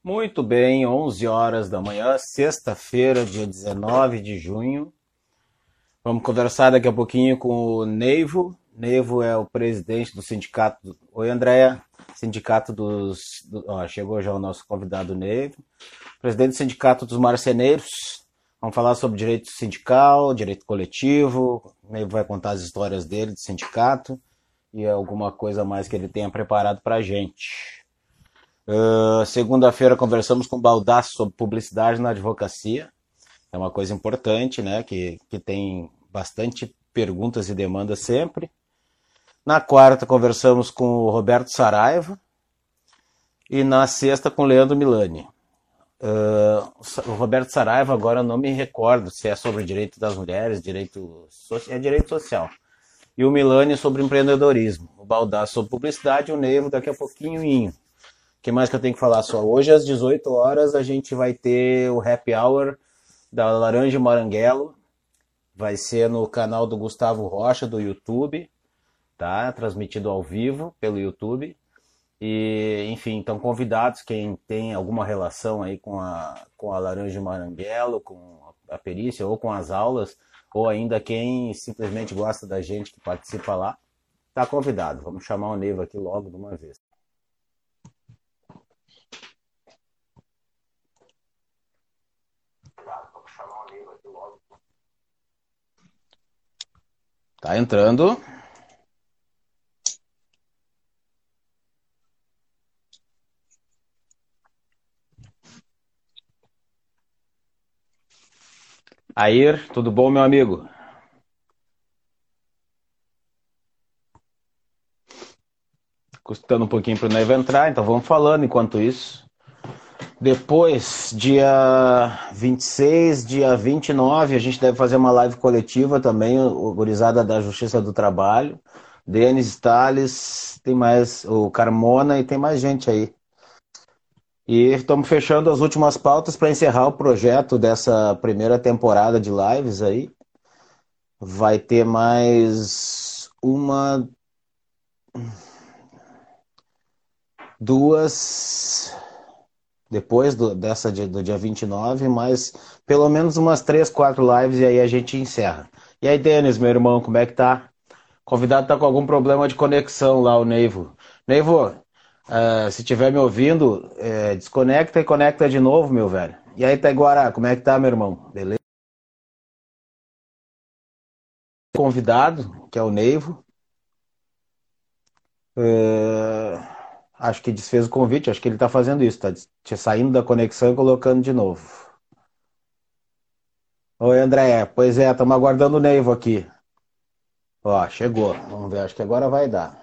Muito bem, 11 horas da manhã, sexta-feira, dia 19 de junho. Vamos conversar daqui a pouquinho com o Neivo. Neivo é o presidente do sindicato. Oi, Andréia. Sindicato chegou já o nosso convidado Neivo. Presidente do sindicato dos marceneiros. Vamos falar sobre direito sindical, direito coletivo. O Neivo vai contar as histórias dele, do sindicato, e alguma coisa mais que ele tenha preparado para a gente. Segunda-feira conversamos com o Baldasso sobre publicidade na advocacia. É uma coisa importante, né? Que tem bastante perguntas e demandas sempre. Na quarta conversamos com o Roberto Saraiva. E na sexta com o Leandro Milani. O Roberto Saraiva, agora eu não me recordo se é sobre direito das mulheres, direito social. E o Milani sobre empreendedorismo. O Baldasso sobre publicidade e o Neivo daqui a pouquinho. O que mais que eu tenho que falar só? Hoje às 18 horas a gente vai ter o Happy Hour da Laranja Maranguelo. Vai ser no canal do Gustavo Rocha, do YouTube. Tá? Transmitido ao vivo pelo YouTube. E, enfim, estão convidados quem tem alguma relação aí com a Laranja Maranguelo, com a perícia ou com as aulas, ou ainda quem simplesmente gosta da gente que participa lá, está convidado. Vamos chamar o Neivo aqui logo de uma vez. Tá entrando. Air, tudo bom, meu amigo? Custando um pouquinho para o Neivo entrar, então vamos falando enquanto isso. Depois, dia 26, dia 29, a gente deve fazer uma live coletiva também, organizada da Justiça do Trabalho. Denis Tales, tem mais o Carmona e tem mais gente aí. E estamos fechando as últimas pautas para encerrar o projeto dessa primeira temporada de lives aí. Vai ter mais duas, depois do dia 29, mais pelo menos umas 3, 4 lives e aí a gente encerra. E aí, Denis, meu irmão, como é que tá? O convidado tá com algum problema de conexão lá, o Neivo. Neivo, se tiver me ouvindo, desconecta e conecta de novo, meu velho. E aí, Taiguara, como é que tá, meu irmão? Beleza? Convidado, que é o Neivo. Acho que desfez o convite, acho que ele tá fazendo isso, tá saindo da conexão e colocando de novo. Oi, André. Pois é, estamos aguardando o Neivo aqui. Ó, chegou. Vamos ver, acho que agora vai dar.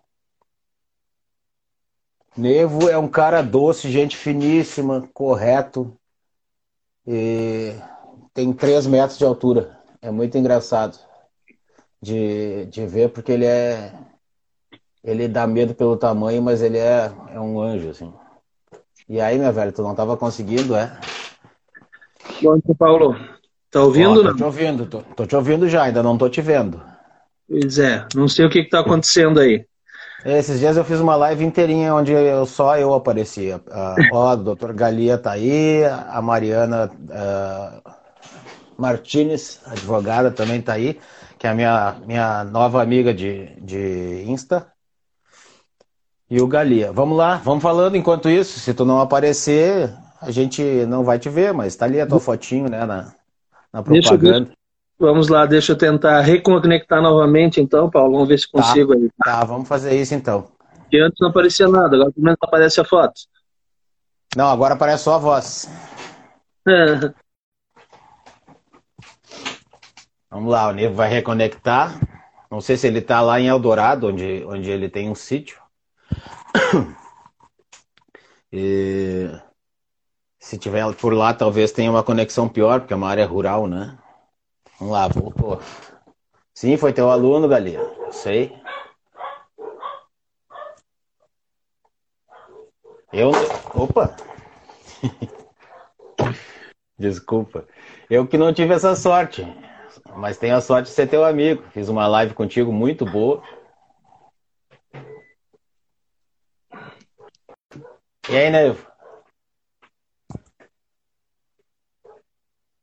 Nevo é um cara doce, gente finíssima, correto. E tem 3 metros de altura. É muito engraçado de ver, porque ele dá medo pelo tamanho, mas ele é um anjo, assim. E aí, meu velho, tu não tava conseguindo, é? Bom dia, Paulo. Tá Ó, ouvindo, tô não? te ouvindo, tô te ouvindo já, ainda não tô te vendo. Pois é, não sei o que tá acontecendo aí. Esses dias eu fiz uma live inteirinha onde só eu aparecia. Ó, a doutor Galia tá aí, a Mariana Martinez, advogada, também tá aí, que é a minha nova amiga de Insta. E o Galia. Vamos lá, vamos falando enquanto isso. Se tu não aparecer, a gente não vai te ver, mas tá ali a tua fotinho, né, na Deixa, propaganda. vamos lá, deixa eu tentar reconectar novamente então, Paulo, vamos ver se Tá, consigo aí. tá, vamos fazer isso então. Porque antes não aparecia nada, agora pelo menos aparece a foto. Não, agora aparece só a voz. Vamos lá, o Nevo vai reconectar. Não sei se ele tá lá em Eldorado, onde ele tem um sítio. E se tiver por lá, talvez tenha uma conexão pior, porque é uma área rural, né? Vamos lá, voltou. Sim, foi teu aluno, Galinha. Eu sei. Eu. Opa! Desculpa. Eu que não tive essa sorte. Mas tenho a sorte de ser teu amigo. Fiz uma live contigo muito boa. E aí, Nevo?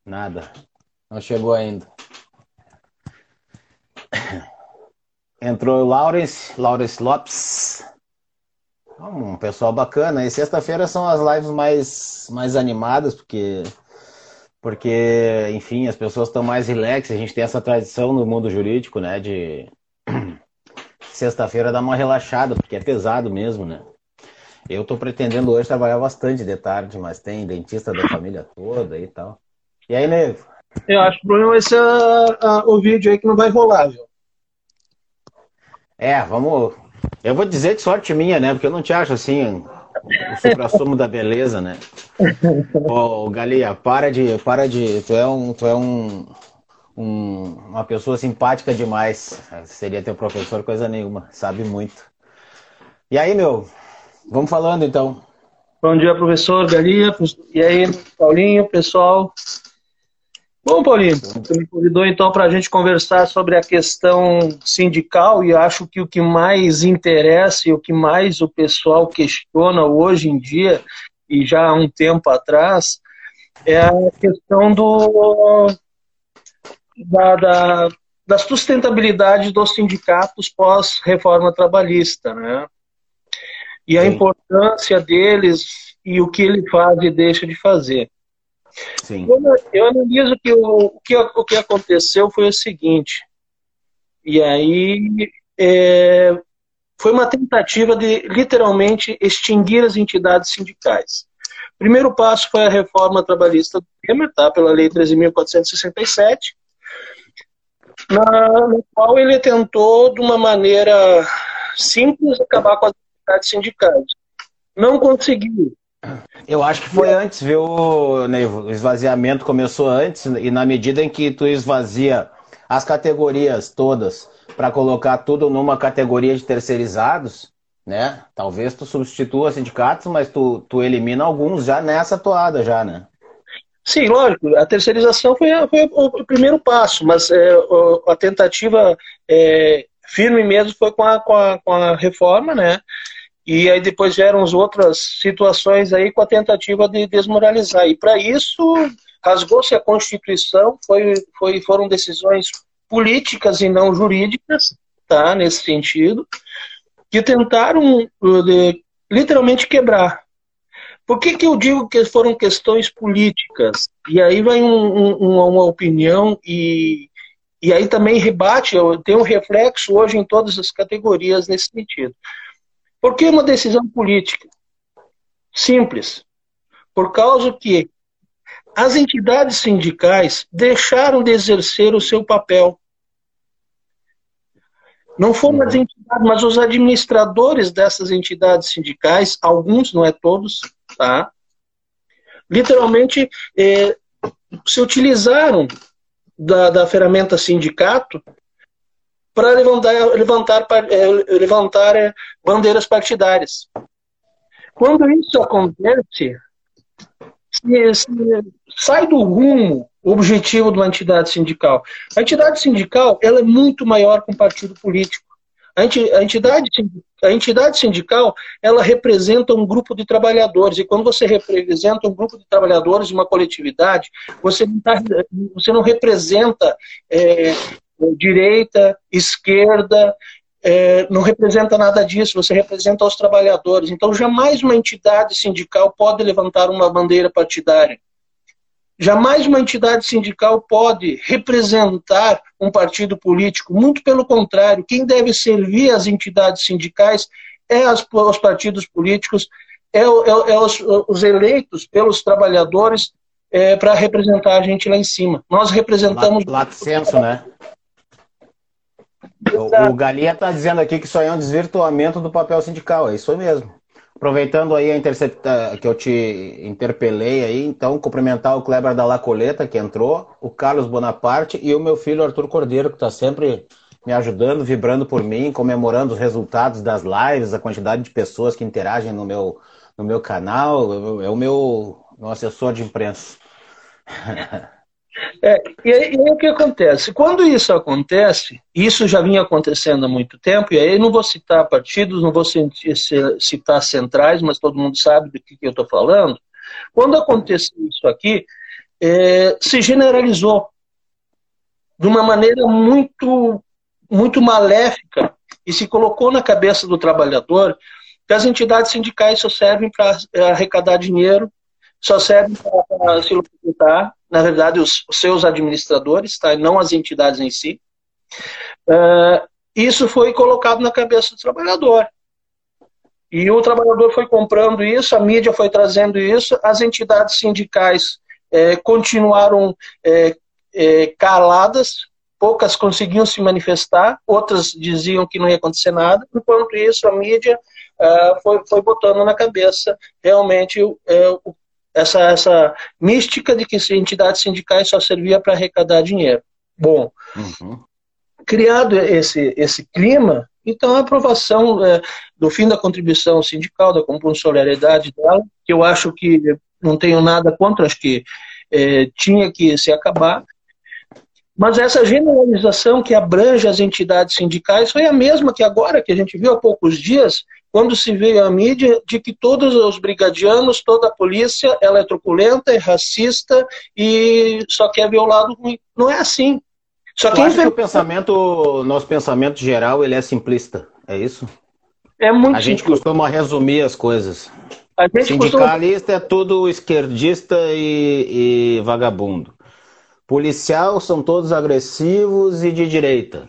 Nada. Não chegou ainda. Entrou o Lawrence Lopes. Um pessoal bacana. E sexta-feira são as lives mais animadas, porque, enfim, as pessoas estão mais relax. A gente tem essa tradição no mundo jurídico, né, de sexta-feira dar uma relaxada, porque é pesado mesmo, né? Eu tô pretendendo hoje trabalhar bastante de tarde, mas tem dentista da família toda e tal. E aí, nego? Eu acho que o problema vai ser o vídeo aí que não vai rolar, viu? Vamos... Eu vou dizer que sorte minha, né? Porque eu não te acho assim o suprassumo da beleza, né? Ô, Galia, para de... Tu é uma pessoa simpática demais. Seria teu professor, coisa nenhuma. Sabe muito. E aí, meu? Vamos falando, então. Bom dia, professor Galia. E aí, Paulinho, pessoal? Bom, Paulinho, você me convidou então para a gente conversar sobre a questão sindical e acho que o que mais interessa e o que mais o pessoal questiona hoje em dia e já há um tempo atrás é a questão da sustentabilidade dos sindicatos pós-reforma trabalhista, né? E a importância deles e o que ele faz e deixa de fazer. Sim. Eu analiso que o que aconteceu foi o seguinte, e aí foi uma tentativa de literalmente extinguir as entidades sindicais. O primeiro passo foi a reforma trabalhista do Temer, tá, pela Lei 13.467, na qual ele tentou, de uma maneira simples, acabar com as entidades sindicais. Não conseguiu. Eu acho que foi antes, viu, Neivo? O esvaziamento começou antes, e na medida em que tu esvazia as categorias todas para colocar tudo numa categoria de terceirizados, né? Talvez tu substitua sindicatos, mas tu elimina alguns já nessa toada, já, né? Sim, lógico, a terceirização foi o primeiro passo, mas a tentativa firme mesmo foi com a reforma, né? E aí depois vieram as outras situações aí com a tentativa de desmoralizar. E para isso rasgou-se a Constituição, foram decisões políticas e não jurídicas, tá, nesse sentido, que tentaram literalmente quebrar. Por que eu digo que foram questões políticas? E aí vai uma opinião e aí também rebate, tem um reflexo hoje em todas as categorias nesse sentido. Por que uma decisão política? Simples. Por causa que as entidades sindicais deixaram de exercer o seu papel. Não foram as entidades, mas os administradores dessas entidades sindicais, alguns, não é todos, tá? Literalmente se utilizaram da ferramenta sindicato para levantar bandeiras partidárias. Quando isso acontece, sai do rumo objetivo de uma entidade sindical. A entidade sindical ela é muito maior que um partido político. A entidade sindical ela representa um grupo de trabalhadores, e quando você representa um grupo de trabalhadores de uma coletividade, você não representa direita, esquerda, não representa nada disso, você representa os trabalhadores. Então, jamais uma entidade sindical pode levantar uma bandeira partidária. Jamais uma entidade sindical pode representar um partido político. Muito pelo contrário, quem deve servir as entidades sindicais os partidos políticos, os eleitos pelos trabalhadores para representar a gente lá em cima. Nós representamos... Lato senso, né? O Galia está dizendo aqui que isso aí é um desvirtuamento do papel sindical, é isso mesmo. Aproveitando aí que eu te interpelei aí, então cumprimentar o Kleber da Lacoleta, que entrou, o Carlos Bonaparte e o meu filho Arthur Cordeiro, que está sempre me ajudando, vibrando por mim, comemorando os resultados das lives, a quantidade de pessoas que interagem no meu canal, é o meu assessor de imprensa. E aí o que acontece? Quando isso acontece, isso já vinha acontecendo há muito tempo, e aí não vou citar partidos, não vou citar centrais, mas todo mundo sabe do que eu estou falando. Quando aconteceu isso aqui, se generalizou de uma maneira muito, muito maléfica e se colocou na cabeça do trabalhador que as entidades sindicais só servem para arrecadar dinheiro, só servem para se locutar, na verdade, os seus administradores, tá? Não as entidades em si. Isso foi colocado na cabeça do trabalhador. E o trabalhador foi comprando isso, a mídia foi trazendo isso, as entidades sindicais continuaram caladas, poucas conseguiam se manifestar, outras diziam que não ia acontecer nada, enquanto isso a mídia foi botando na cabeça realmente essa mística de que entidades sindicais só servia para arrecadar dinheiro. Bom, criado esse clima, então a aprovação do fim da contribuição sindical, da compulsoriedade dela, que eu acho que não tenho nada contra, acho que tinha que se acabar, mas essa generalização que abrange as entidades sindicais foi a mesma que agora, que a gente viu há poucos dias, quando se veio a mídia de que todos os brigadianos, toda a polícia, ela é truculenta, é racista e só quer ver o lado ruim. Não é assim. Só que o nosso pensamento geral ele é simplista, é isso? É muito A gente simples. costuma resumir as coisas. Sindicalista é tudo esquerdista e vagabundo. Policial são todos agressivos e de direita.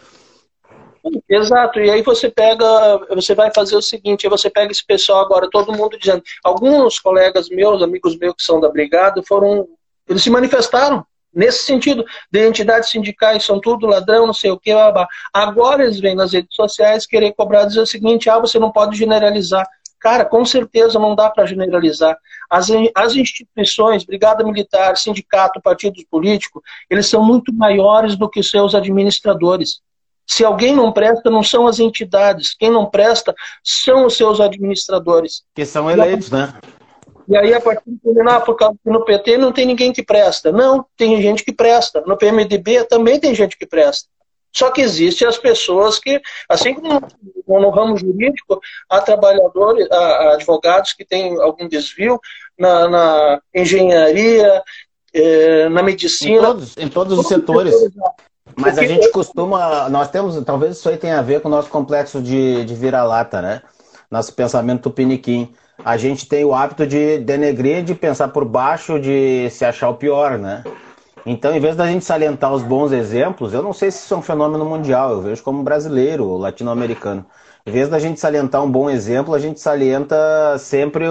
Exato, e aí você vai fazer o seguinte, aí você pega esse pessoal agora, todo mundo dizendo, alguns colegas meus, amigos meus que são da brigada, eles se manifestaram nesse sentido, de entidades sindicais são tudo ladrão, não sei o que, agora eles vêm nas redes sociais querer cobrar, dizer o seguinte, você não pode generalizar. Cara, com certeza não dá para generalizar. As instituições, brigada militar, sindicato, partidos políticos, eles são muito maiores do que seus administradores. Se alguém não presta, não são as entidades. Quem não presta são os seus administradores. Que são eleitos, né? E aí, a partir de por causa que no PT não tem ninguém que presta. Não, tem gente que presta. No PMDB também tem gente que presta. Só que existem as pessoas que, assim como no ramo jurídico, há trabalhadores, há advogados que têm algum desvio na engenharia, na medicina. Em todos os setores. Mas a gente nós temos, talvez isso aí tenha a ver com o nosso complexo de vira-lata, né? Nosso pensamento tupiniquim. A gente tem o hábito de denegrir, de pensar por baixo, de se achar o pior, né? Então, em vez da gente salientar os bons exemplos, eu não sei se isso é um fenômeno mundial, eu vejo como brasileiro ou latino-americano. Em vez da gente salientar um bom exemplo, a gente salienta sempre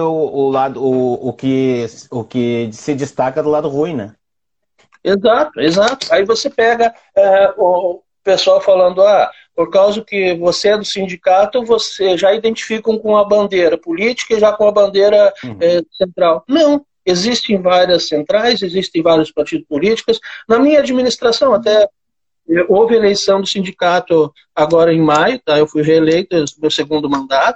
o que se destaca do lado ruim, né? Exato. Aí você pega o pessoal falando, por causa que você é do sindicato, você já identificam com a bandeira política e já com a bandeira central. Não. Existem várias centrais, existem vários partidos políticos. Na minha administração, até houve eleição do sindicato agora em maio, tá? Eu fui reeleito, meu segundo mandato.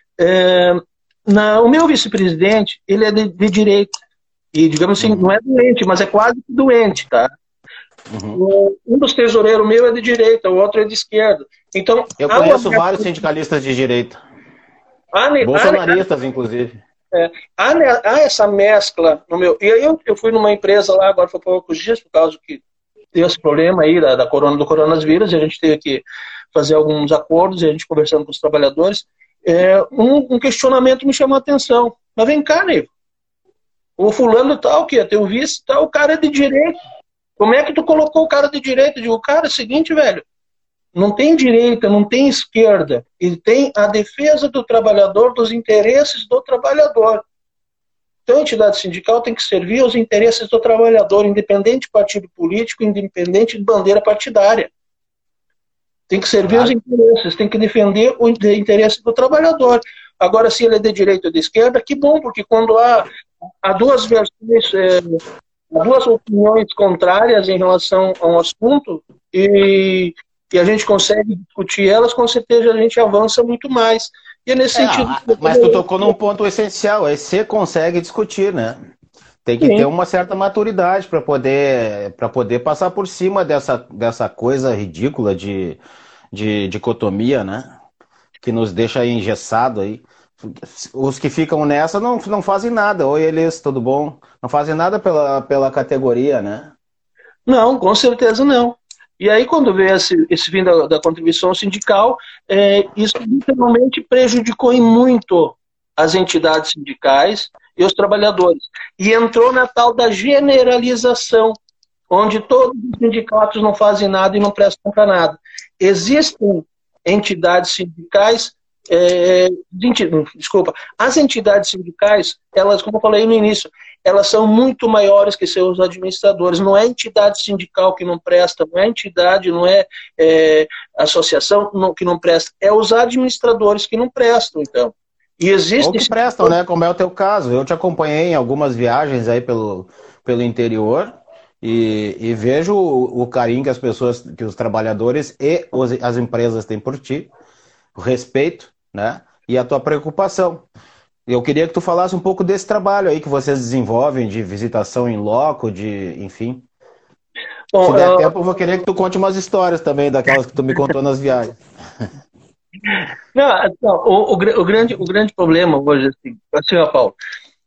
O meu vice-presidente, ele é de direita. E, digamos assim, não é doente, mas é quase doente, tá? Um dos tesoureiros meu é de direita, o outro é de esquerda. Então, eu conheço vários sindicalistas de direita. Bolsonaristas, inclusive. Há essa mescla no meu. E aí eu fui numa empresa lá, agora foi por poucos dias, por causa que deu esse problema aí do coronavírus, e a gente teve que fazer alguns acordos, e a gente conversando com os trabalhadores. Um questionamento me chamou a atenção. Mas vem cá, nego. O fulano tal, que é teu vice, tal, o cara é de direita. Como é que tu colocou o cara de direita? Eu digo, cara, é o seguinte, velho. Não tem direita, não tem esquerda. Ele tem a defesa do trabalhador, dos interesses do trabalhador. Então a entidade sindical tem que servir aos interesses do trabalhador, independente de partido político, independente de bandeira partidária. Tem que servir aos interesses, tem que defender o interesse do trabalhador. Agora, se ele é de direita ou de esquerda, que bom, porque quando há duas versões, há duas opiniões contrárias em relação a um assunto, e a gente consegue discutir elas, com certeza a gente avança muito mais. E é nesse sentido. Mas tu tocou num ponto essencial, você consegue discutir, né? Tem que ter uma certa maturidade para poder passar por cima dessa coisa ridícula de dicotomia, né? Que nos deixa engessado aí. Os que ficam nessa não fazem nada. Oi, eles, tudo bom? Não fazem nada pela categoria, né? Não, com certeza não. E aí, quando veio esse fim da contribuição sindical, isso literalmente prejudicou em muito as entidades sindicais e os trabalhadores. E entrou na tal da generalização, onde todos os sindicatos não fazem nada e não prestam para nada. Existem entidades sindicais, desculpa, as entidades sindicais, elas, como eu falei no início, elas são muito maiores que seus administradores. Não é entidade sindical que não presta, não é entidade, não é, associação que não presta, é os administradores que não prestam, então. E Ou existe que prestam, né? Como é o teu caso. Eu te acompanhei em algumas viagens aí pelo interior e vejo o carinho que as pessoas, que os trabalhadores e as empresas têm por ti, o respeito, né? E a tua preocupação. Eu queria que tu falasse um pouco desse trabalho aí que vocês desenvolvem de visitação em loco, enfim. Se Bom, der tempo, eu vou querer que tu conte umas histórias também, daquelas que tu me contou nas viagens. não, o grande problema hoje, assim, ó, Paulo,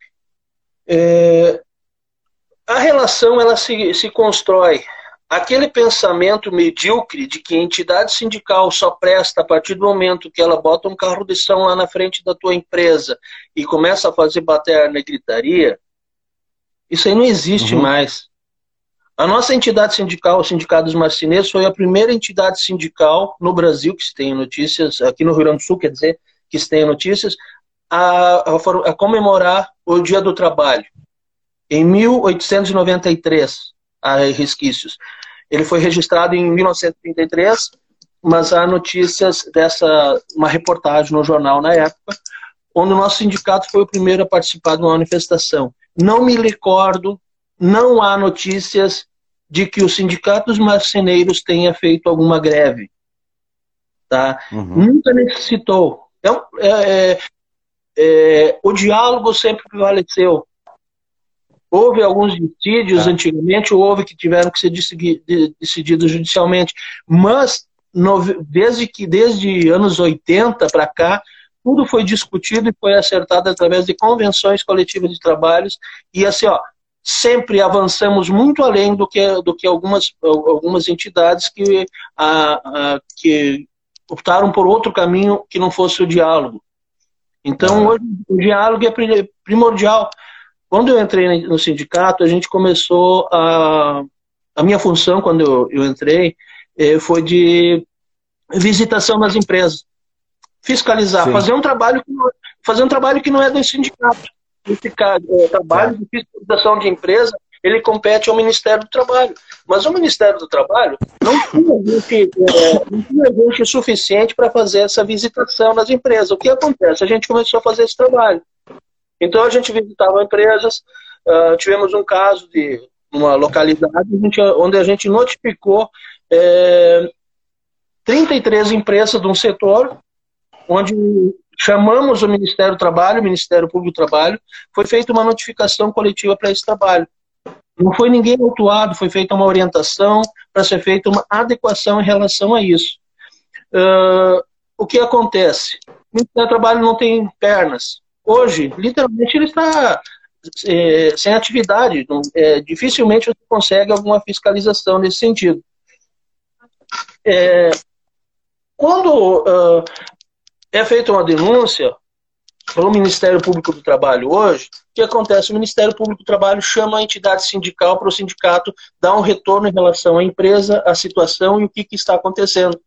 a relação ela se constrói. Aquele pensamento medíocre de que a entidade sindical só presta a partir do momento que ela bota um carro de som lá na frente da tua empresa e começa a fazer baterna e gritaria, isso aí não existe mais. A nossa entidade sindical, o Sindicato dos Marceneiros, foi a primeira entidade sindical no Brasil que se tem notícias, aqui no Rio Grande do Sul, quer dizer, que se tem notícias, a comemorar o Dia do Trabalho. Em 1893, há resquícios. Ele foi registrado em 1933, mas há notícias uma reportagem no jornal na época, onde o nosso sindicato foi o primeiro a participar de uma manifestação. Não me recordo, não há notícias de que o Sindicato dos Marceneiros tenha feito alguma greve. Tá? Nunca necessitou. Então, o diálogo sempre prevaleceu. Houve alguns dissídios antigamente, houve que tiveram que ser decididos judicialmente, mas desde anos 80 para cá, tudo foi discutido e foi acertado através de convenções coletivas de trabalhos, e assim, ó, sempre avançamos muito além do que algumas entidades que optaram por outro caminho que não fosse o diálogo. Então, hoje, o diálogo é primordial. Quando eu entrei no sindicato, a gente começou a minha função, quando eu entrei, foi de visitação nas empresas. Fiscalizar, fazer um trabalho que não é do sindicato. Esse trabalho de fiscalização de empresa, ele compete ao Ministério do Trabalho. Mas o Ministério do Trabalho não tinha gente suficiente para fazer essa visitação nas empresas. O que acontece? A gente começou a fazer esse trabalho. Então, a gente visitava empresas, tivemos um caso de uma localidade onde a gente notificou 33 empresas de um setor, onde chamamos o Ministério do Trabalho, o Ministério Público do Trabalho, foi feita uma notificação coletiva para esse trabalho. Não foi ninguém autuado, foi feita uma orientação para ser feita uma adequação em relação a isso. O que acontece? O Ministério do Trabalho não tem pernas. Hoje, literalmente, ele está sem atividade. Dificilmente você consegue alguma fiscalização nesse sentido. Quando é feita uma denúncia pelo Ministério Público do Trabalho hoje, o que acontece? O Ministério Público do Trabalho chama a entidade sindical para o sindicato dar um retorno em relação à empresa, à situação e o que está acontecendo.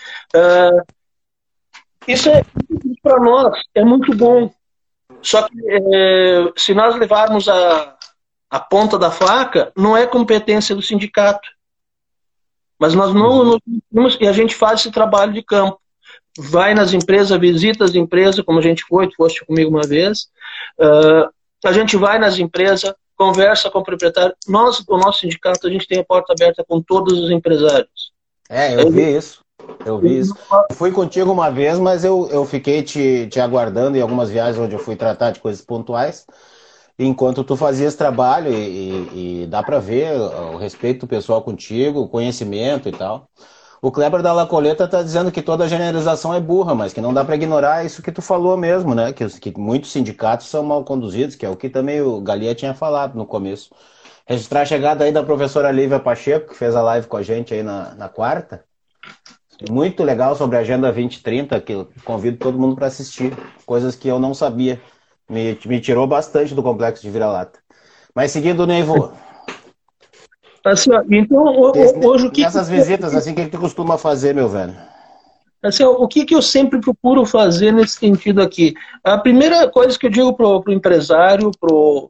Isso para nós é muito bom. Só que se nós levarmos a ponta da faca, não é competência do sindicato. Mas nós não e a gente faz esse trabalho de campo. Vai nas empresas, visita as empresas, como a gente foi, tu foste comigo uma vez. A gente vai nas empresas, conversa com o proprietário. O nosso sindicato, a gente tem a porta aberta com todos os empresários. Eu vi isso. Eu vi isso. Fui contigo uma vez, mas eu fiquei te aguardando em algumas viagens onde eu fui tratar de coisas pontuais, enquanto tu fazias trabalho e dá para ver o respeito do pessoal contigo, o conhecimento e tal. O Kleber da La Coleta está dizendo que toda generalização é burra, mas que não dá para ignorar isso que tu falou mesmo, né? Que muitos sindicatos são mal conduzidos, que é o que também o Galia tinha falado no começo. Registrar a chegada aí da professora Lívia Pacheco, que fez a live com a gente aí na quarta. Muito legal sobre a Agenda 2030, que eu convido todo mundo para assistir. Coisas que eu não sabia. Me tirou bastante do complexo de vira-lata. Mas seguindo, Neivo. Assim, ó, então, hoje o que... Nessas visitas, assim, o que tu costuma fazer, meu velho? Assim, ó, o que eu sempre procuro fazer nesse sentido aqui? A primeira coisa que eu digo pro empresário, pro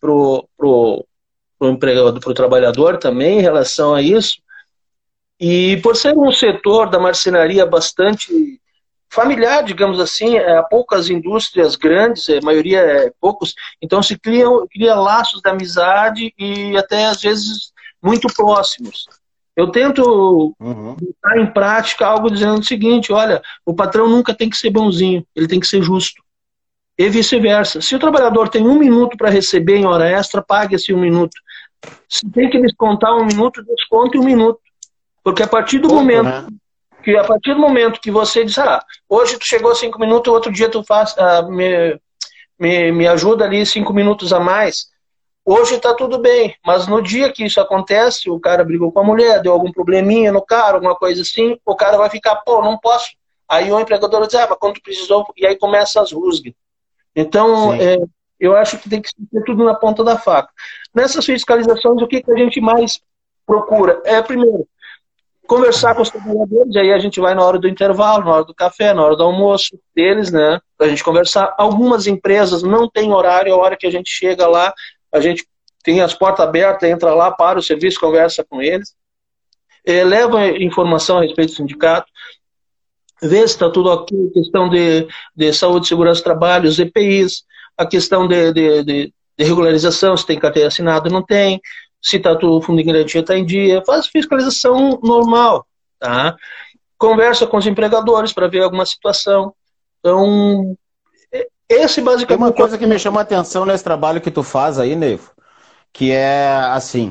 empregado, pro trabalhador também, em relação a isso, e por ser um setor da marcenaria bastante familiar, digamos assim, há poucas indústrias grandes, a maioria é poucos, então se cria laços de amizade e até às vezes muito próximos. Eu tento botar em prática algo dizendo o seguinte: olha, o patrão nunca tem que ser bonzinho, ele tem que ser justo. E vice-versa. Se o trabalhador tem 1 minuto para receber em hora extra, pague esse 1 minuto. Se tem que descontar 1 minuto, desconte 1 minuto. Porque a partir do momento que você diz, hoje tu chegou 5 minutos, outro dia tu me ajuda ali 5 minutos a mais. Hoje está tudo bem, mas no dia que isso acontece, o cara brigou com a mulher, deu algum probleminha no carro, alguma coisa assim, o cara vai ficar, não posso. Aí o empregador diz, mas quando tu precisou, e aí começa as rusgas. Então, eu acho que tem que ser tudo na ponta da faca. Nessas fiscalizações, o que a gente mais procura? Primeiro, conversar com os trabalhadores, aí a gente vai na hora do intervalo, na hora do café, na hora do almoço deles, né, pra gente conversar. Algumas empresas não têm horário, a hora que a gente chega lá, a gente tem as portas abertas, entra lá, para o serviço, conversa com eles, leva informação a respeito do sindicato, vê se está tudo ok, questão de saúde, segurança do trabalho, os EPIs, a questão de regularização, se tem carteira assinada, não tem, se tá o fundo de garantia está em dia, faz fiscalização normal, tá? Conversa com os empregadores para ver alguma situação. Então, esse basicamente... Tem uma coisa que me chama a atenção nesse trabalho que tu faz aí, Neivo, que é assim,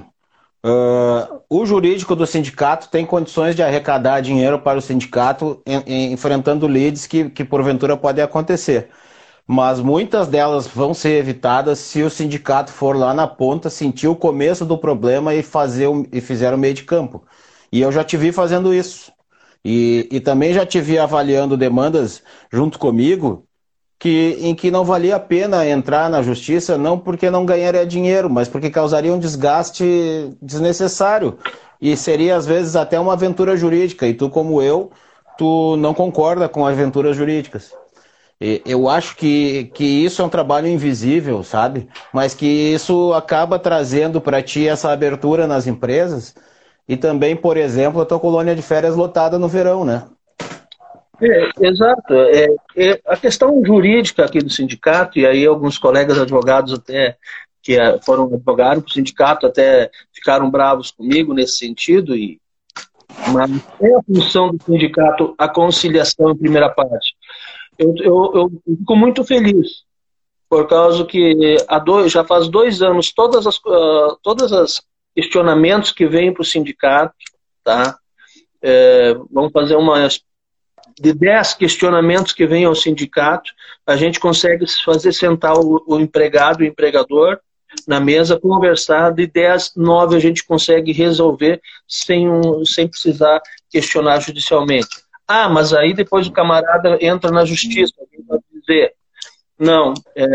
o jurídico do sindicato tem condições de arrecadar dinheiro para o sindicato enfrentando leads que porventura podem acontecer. Mas muitas delas vão ser evitadas se o sindicato for lá na ponta, sentir o começo do problema e fizer o meio de campo. E eu já te vi fazendo isso. E também já te vi avaliando demandas junto comigo em que não valia a pena entrar na justiça, não porque não ganharia dinheiro, mas porque causaria um desgaste desnecessário. E seria, às vezes, até uma aventura jurídica. E tu, como eu, tu não concorda com aventuras jurídicas. Eu acho que isso é um trabalho invisível, sabe? Mas que isso acaba trazendo para ti essa abertura nas empresas e também, por exemplo, a tua colônia de férias lotada no verão, né? Exato. A questão jurídica aqui do sindicato, e aí alguns colegas advogados até que foram advogados para o sindicato até ficaram bravos comigo nesse sentido, mas é a função do sindicato a conciliação em primeira parte. Eu fico muito feliz, por causa que já faz 2 anos, todas as questionamentos que vêm para o sindicato, tá? Vamos fazer de 10 questionamentos que vêm ao sindicato, a gente consegue fazer sentar o empregado e o empregador na mesa, conversar, de 10, 9 a gente consegue resolver sem precisar questionar judicialmente. Mas aí depois o camarada entra na justiça, alguém vai dizer. Não,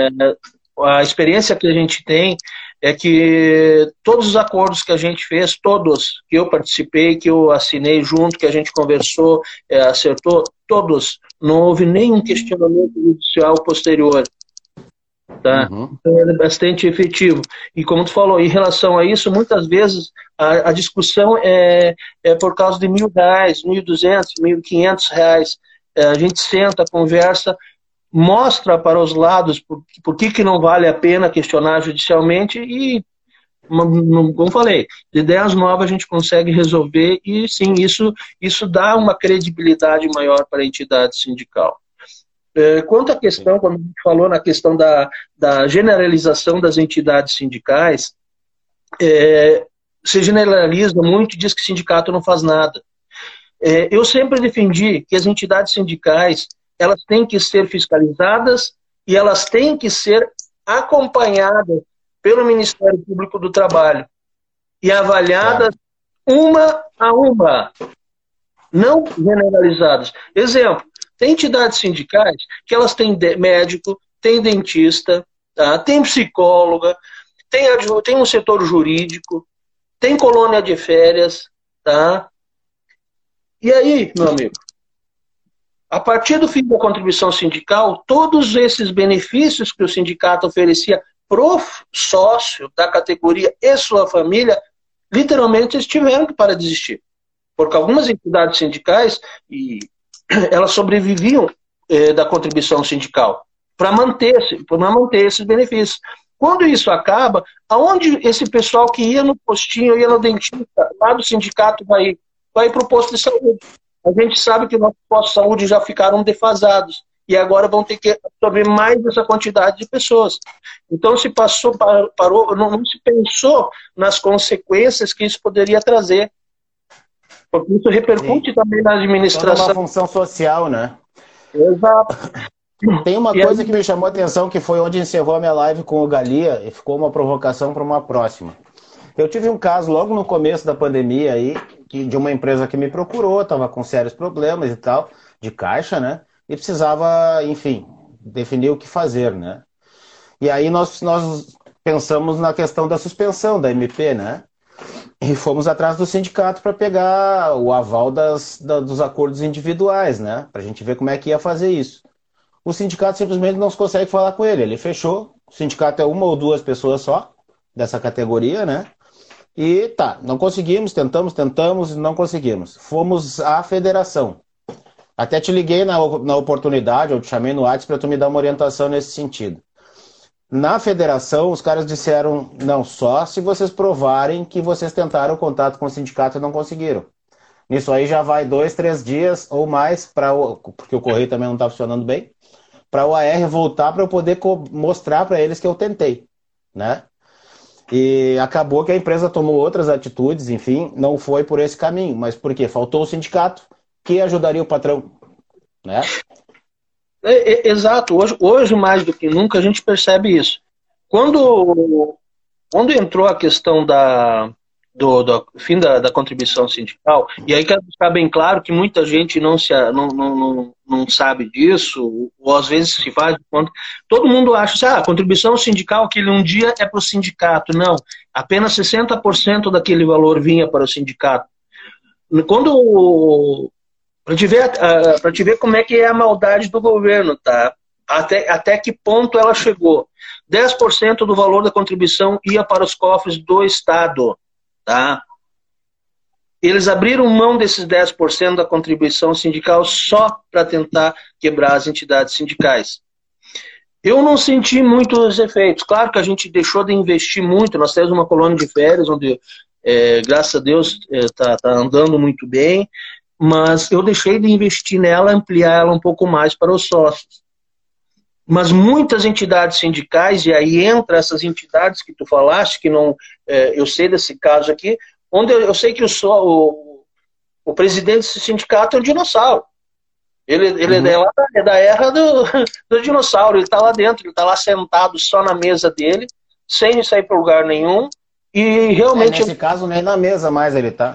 a experiência que a gente tem é que todos os acordos que a gente fez, todos que eu participei, que eu assinei junto, que a gente conversou, acertou, todos, não houve nenhum questionamento judicial posterior. Tá? Então é bastante efetivo. E como tu falou, em relação a isso, muitas vezes a discussão é por causa de R$1.000, R$1.200, R$1.500. A gente senta, conversa, mostra para os lados por que não vale a pena questionar judicialmente e, como eu falei, de 10 novas a gente consegue resolver e sim, isso dá uma credibilidade maior para a entidade sindical. Quanto à questão, quando a gente falou na questão da generalização das entidades sindicais, se generaliza muito e diz que sindicato não faz nada. Eu sempre defendi que as entidades sindicais, elas têm que ser fiscalizadas e elas têm que ser acompanhadas pelo Ministério Público do Trabalho e avaliadas uma a uma, não generalizadas. Exemplo, tem entidades sindicais que elas têm médico, tem dentista, tá? Tem psicóloga, tem um setor jurídico, tem colônia de férias, tá? E aí, meu amigo, a partir do fim da contribuição sindical, todos esses benefícios que o sindicato oferecia pro sócio da categoria e sua família, literalmente eles tiveram que parar de existir. Porque algumas entidades sindicais, elas sobreviviam da contribuição sindical para manter esses benefícios. Quando isso acaba, aonde esse pessoal que ia no postinho, ia no dentista, lá do sindicato, vai para o posto de saúde? A gente sabe que nossos postos de saúde já ficaram defasados e agora vão ter que absorver mais essa quantidade de pessoas. Então se parou, não se pensou nas consequências que isso poderia trazer. Porque isso repercute também na administração. É uma função social, né? Exato. Tem uma coisa que me chamou a atenção, que foi onde encerrou a minha live com o Galia, e ficou uma provocação para uma próxima. Eu tive um caso logo no começo da pandemia aí, de uma empresa que me procurou, estava com sérios problemas e tal, de caixa, né? E precisava, enfim, definir o que fazer, né? E aí nós pensamos na questão da suspensão da MP, né? E fomos atrás do sindicato para pegar o aval dos acordos individuais, né? Para a gente ver como é que ia fazer isso. O sindicato simplesmente não consegue falar com ele. Ele fechou. O sindicato é uma ou duas pessoas só, dessa categoria, né? E tá, não conseguimos, tentamos, não conseguimos. Fomos à federação. Até te liguei na oportunidade, eu te chamei no WhatsApp para tu me dar uma orientação nesse sentido. Na federação, os caras disseram, não, só se vocês provarem que vocês tentaram contato com o sindicato e não conseguiram. Nisso aí já vai 2, 3 dias ou mais, porque o correio também não está funcionando bem, para o AR voltar para eu poder mostrar para eles que eu tentei, né? E acabou que a empresa tomou outras atitudes, enfim, não foi por esse caminho. Mas por quê? Faltou o sindicato que ajudaria o patrão, né? Exato. Hoje, mais do que nunca, a gente percebe isso. Quando entrou a questão do fim da contribuição sindical, e aí quero deixar bem claro que muita gente não sabe disso, ou às vezes se faz de conta. Todo mundo acha que a contribuição sindical, aquele um dia é para o sindicato. Não, apenas 60% daquele valor vinha para o sindicato. Para te ver como é que é a maldade do governo, tá? Até que ponto ela chegou. 10% do valor da contribuição ia para os cofres do Estado, tá? Eles abriram mão desses 10% da contribuição sindical só para tentar quebrar as entidades sindicais. Eu não senti muitos efeitos. Claro que a gente deixou de investir muito. Nós temos uma colônia de férias onde, graças a Deus, tá andando muito bem. Mas eu deixei de investir nela, ampliar ela um pouco mais para os sócios. Mas muitas entidades sindicais, e aí entra essas entidades que tu falaste, que não, eu sei desse caso aqui, onde eu sei que o presidente desse sindicato é um dinossauro. Ele é da era do dinossauro, ele está lá dentro, ele está lá sentado só na mesa dele, sem sair para lugar nenhum, e realmente... nesse caso, nem na mesa mais ele está.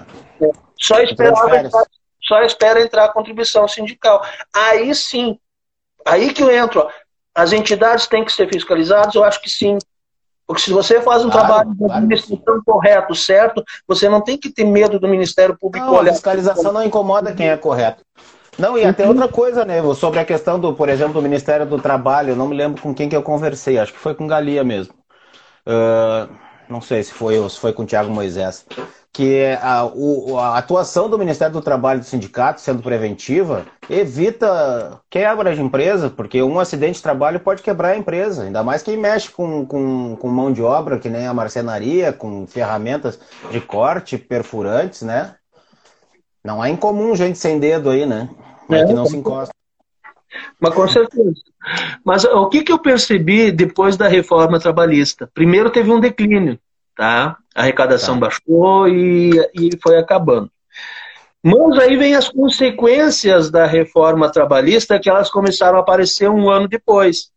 Só espera entrar a contribuição sindical. Aí sim, aí que eu entro. Ó. As entidades têm que ser fiscalizadas? Eu acho que sim. Porque se você faz um trabalho de administração correto, certo, você não tem que ter medo do Ministério Público olhar. A fiscalização não incomoda quem é correto. Não, e até outra coisa, né, sobre a questão por exemplo, do Ministério do Trabalho, eu não me lembro com quem que eu conversei, acho que foi com Galia mesmo. Não sei se foi com o Thiago Moisés. Que a atuação do Ministério do Trabalho e do sindicato, sendo preventiva, evita quebra de empresa, porque um acidente de trabalho pode quebrar a empresa, ainda mais quem mexe com mão de obra, que nem a marcenaria, com ferramentas de corte, perfurantes, né? Não é incomum gente sem dedo aí, né? Que não se encosta. Mas com certeza. Mas o que eu percebi depois da reforma trabalhista? Primeiro teve um declínio, tá? A arrecadação baixou e foi acabando. Mas aí vem as consequências da reforma trabalhista, que elas começaram a aparecer um ano depois.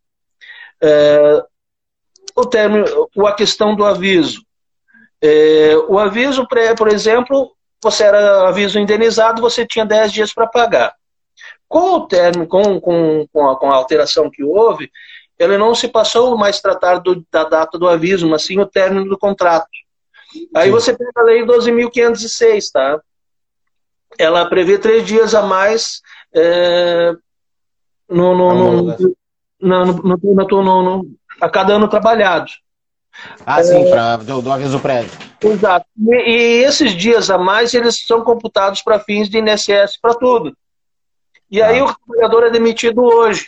A questão do aviso. O aviso, por exemplo, você era aviso indenizado, você tinha 10 dias para pagar. Com o término, com a alteração que houve, ele não se passou mais a tratar da data do aviso, mas sim o término do contrato. Aí sim. Você pega a lei 12.506, tá? Ela prevê 3 dias a mais a cada ano trabalhado. Sim, do aviso prévio. Exato. E esses dias a mais, eles são computados para fins de INSS para tudo. E aí o trabalhador é demitido hoje.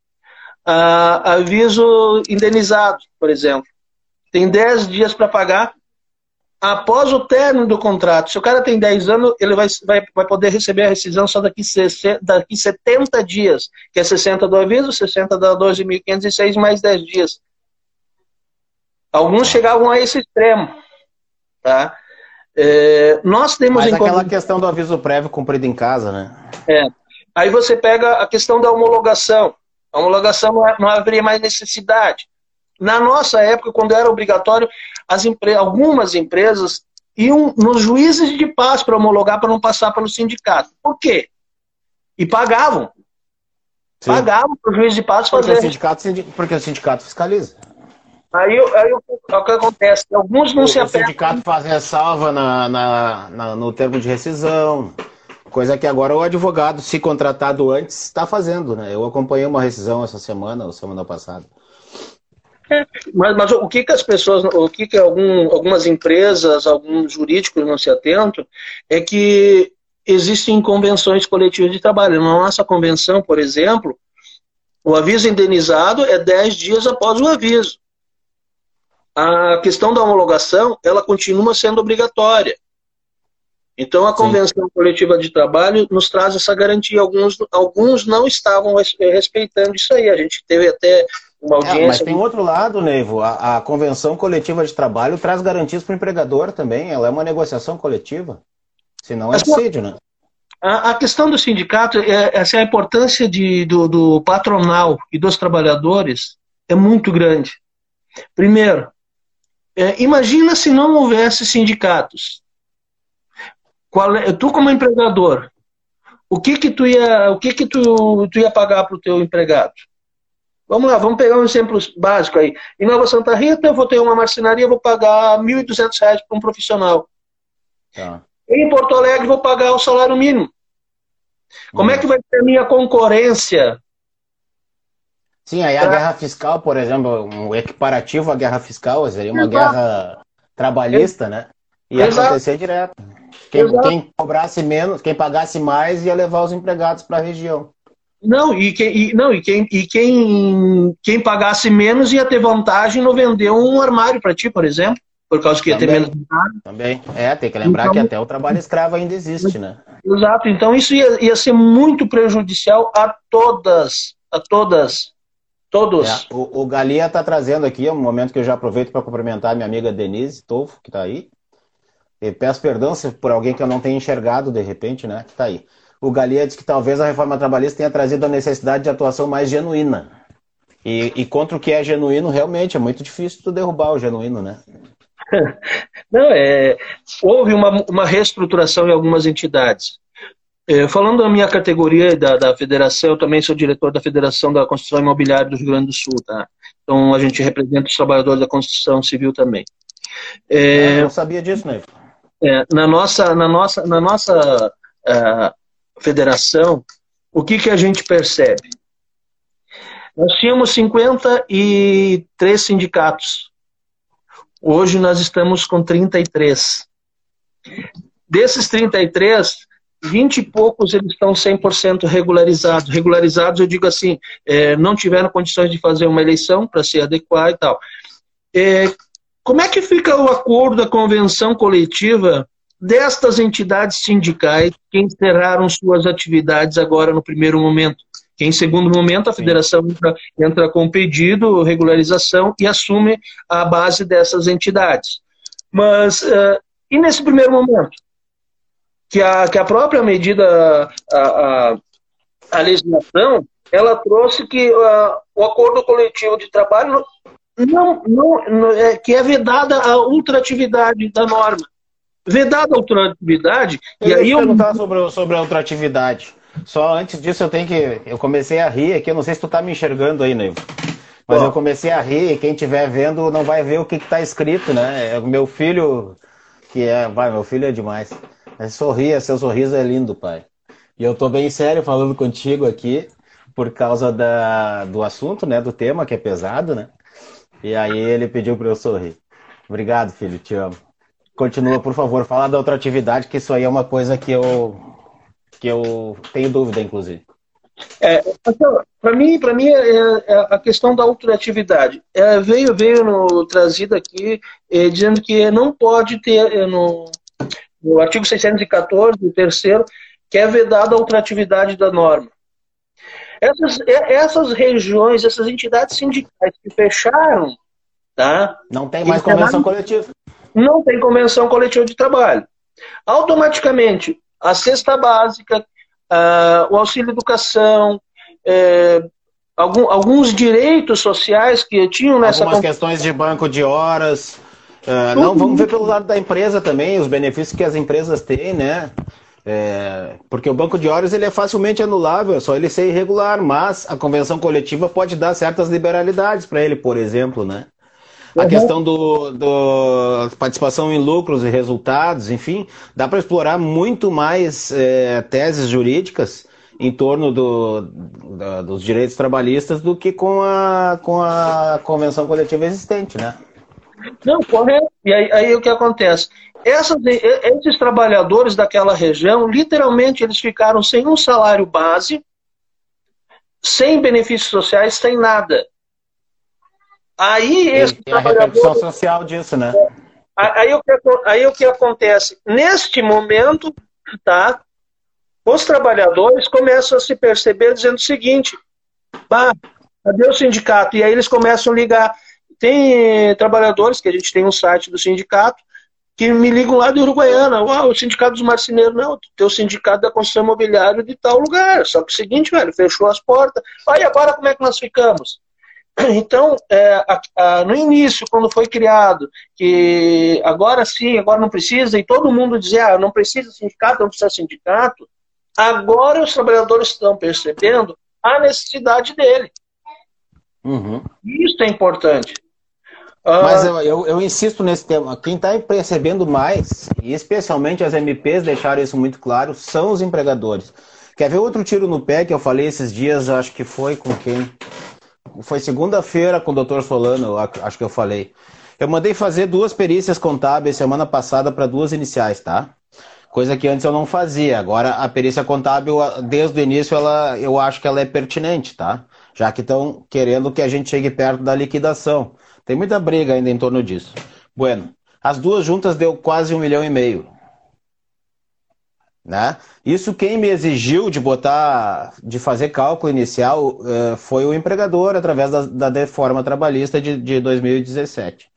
Aviso indenizado, por exemplo. Tem 10 dias para pagar após o término do contrato. Se o cara tem 10 anos, ele vai poder receber a rescisão só daqui 70 dias, que é 60 do aviso, 60 da 12.506, mais 10 dias. Alguns chegavam a esse extremo. Tá? Nós temos Mas aquela questão do aviso prévio cumprido em casa, né? Aí você pega a questão da homologação. A homologação não haveria mais necessidade. Na nossa época, quando era obrigatório, algumas empresas iam nos juízes de paz para homologar, para não passar pelo sindicato. Por quê? E pagavam. Sim. Pagavam para o juiz de paz fazer. Porque o sindicato fiscaliza. Aí o que acontece? Alguns não se apegam. O sindicato faz ressalva no termo de rescisão. Coisa que agora o advogado, se contratado antes, está fazendo, né? Eu acompanhei uma rescisão essa semana ou semana passada. Mas o que as pessoas, algumas empresas, alguns jurídicos não se atentam, é que existem convenções coletivas de trabalho. Na nossa convenção, por exemplo, o aviso indenizado é 10 dias após o aviso. A questão da homologação, ela continua sendo obrigatória. Então, a Convenção Coletiva de Trabalho nos traz essa garantia. Alguns não estavam respeitando isso aí. A gente teve até uma audiência... Mas tem outro lado, Neivo. A Convenção Coletiva de Trabalho traz garantias para o empregador também. Ela é uma negociação coletiva. Senão é assédio, né? A questão do sindicato, essa é a importância do patronal e dos trabalhadores é muito grande. Primeiro, imagina se não houvesse sindicatos. Tu como empregador, o que tu ia pagar para o teu empregado? Vamos lá, vamos pegar um exemplo básico aí. Em Nova Santa Rita, eu vou ter uma marcenaria, vou pagar R$ 1.200 para um profissional. Tá. Em Porto Alegre, vou pagar o salário mínimo. Como é que vai ser a minha concorrência? Sim, aí a guerra fiscal, por exemplo, um equiparativo à guerra fiscal, seria uma guerra trabalhista, né? Ia acontecer direto. Quem cobrasse menos, quem pagasse mais, ia levar os empregados para a região. Quem pagasse menos ia ter vantagem no vender um armário para ti, por exemplo, por causa que ia ter menos vantagem. Também. Tem que lembrar que até o trabalho escravo ainda existe, né? Exato. Então isso ia ser muito prejudicial a todos. O Galia está trazendo aqui, é um momento que eu já aproveito para cumprimentar minha amiga Denise Tolfo, que está aí. E peço perdão se por alguém que eu não tenha enxergado de repente, né? Que está aí. O Galia diz que talvez a reforma trabalhista tenha trazido a necessidade de atuação mais genuína. E contra o que é genuíno, realmente, é muito difícil tu derrubar o genuíno, né? Não, houve uma reestruturação em algumas entidades. Falando da minha categoria da federação, eu também sou diretor da Federação da Construção Imobiliária do Rio Grande do Sul, tá? Então a gente representa os trabalhadores da construção civil também. Eu não sabia disso, né? Na nossa federação, o que a gente percebe? Nós tínhamos 53 sindicatos. Hoje nós estamos com 33. Desses 33, 20 e poucos eles estão 100% regularizados. Regularizados, eu digo assim, não tiveram condições de fazer uma eleição para se adequar e tal. Como é que fica o acordo da convenção coletiva destas entidades sindicais que encerraram suas atividades agora no primeiro momento? Que em segundo momento a federação entra com pedido, regularização e assume a base dessas entidades. Mas, e nesse primeiro momento? que a própria medida, a legislação, ela trouxe que o acordo coletivo de trabalho que é vedada a ultratividade da norma. Vedada a ultratividade, e aí eu perguntar sobre a ultratividade. Só antes disso eu comecei a rir aqui, eu não sei se tu tá me enxergando aí, Neivo. Mas eu comecei a rir, e quem estiver vendo não vai ver o que está escrito, né? Meu filho, meu filho é demais. Seu sorriso é lindo, pai. E eu tô bem sério falando contigo aqui, por causa do assunto, né? Do tema, que é pesado, né? E aí ele pediu para eu sorrir. Obrigado, filho, te amo. Continua, por favor, fala da outra atividade, que isso aí é uma coisa que eu tenho dúvida, inclusive. Para mim a questão da ultratividade veio trazido aqui dizendo que não pode ter no artigo 614, o terceiro, que é vedada a ultratividade da norma. Essas regiões, essas entidades sindicais que fecharam, tá? Não tem mais convenção coletiva. Não tem convenção coletiva de trabalho. Automaticamente, a cesta básica, o auxílio educação, alguns direitos sociais que tinham nessa... Algumas questões de banco de horas. Não, vamos ver pelo lado da empresa também, os benefícios que as empresas têm, né? Porque o banco de horas ele é facilmente anulável, é só ele ser irregular, mas a convenção coletiva pode dar certas liberalidades para ele, por exemplo, né? A questão do participação em lucros e resultados, enfim, dá para explorar muito mais teses jurídicas em torno dos direitos trabalhistas do que com a convenção coletiva existente, né? Não, correto. E aí o que acontece? Esses trabalhadores daquela região, literalmente, eles ficaram sem um salário base, sem benefícios sociais, sem nada. Aí tem a repercussão social disso, né? Aí o que acontece? Neste momento, tá? Os trabalhadores começam a se perceber dizendo o seguinte: cadê o sindicato? E aí eles começam a ligar. Tem trabalhadores, que a gente tem um site do sindicato, que me ligam lá de Uruguaiana. O sindicato dos marceneiros, não, tem o sindicato da construção imobiliária de tal lugar. Só que é o seguinte, velho, fechou as portas. Aí agora como é que nós ficamos? Então, no início, quando foi criado, que agora sim, agora não precisa, e todo mundo dizia, não precisa sindicato, não precisa sindicato, agora os trabalhadores estão percebendo a necessidade dele. Uhum. Isso é importante. Mas eu insisto nesse tema. Quem está percebendo mais, e especialmente as MPs deixaram isso muito claro, são os empregadores. Quer ver outro tiro no pé que eu falei esses dias, acho que foi com quem? Foi segunda-feira com o Dr. Solano, acho que eu falei. Eu mandei fazer 2 perícias contábeis semana passada para 2 iniciais, tá? Coisa que antes eu não fazia. Agora a perícia contábil, desde o início, eu acho que ela é pertinente, tá? Já que estão querendo que a gente chegue perto da liquidação. Tem muita briga ainda em torno disso. Bueno, as 2 juntas deu quase 1,5 milhão. Né? Isso quem me exigiu de fazer cálculo inicial foi o empregador através da reforma trabalhista de 2017.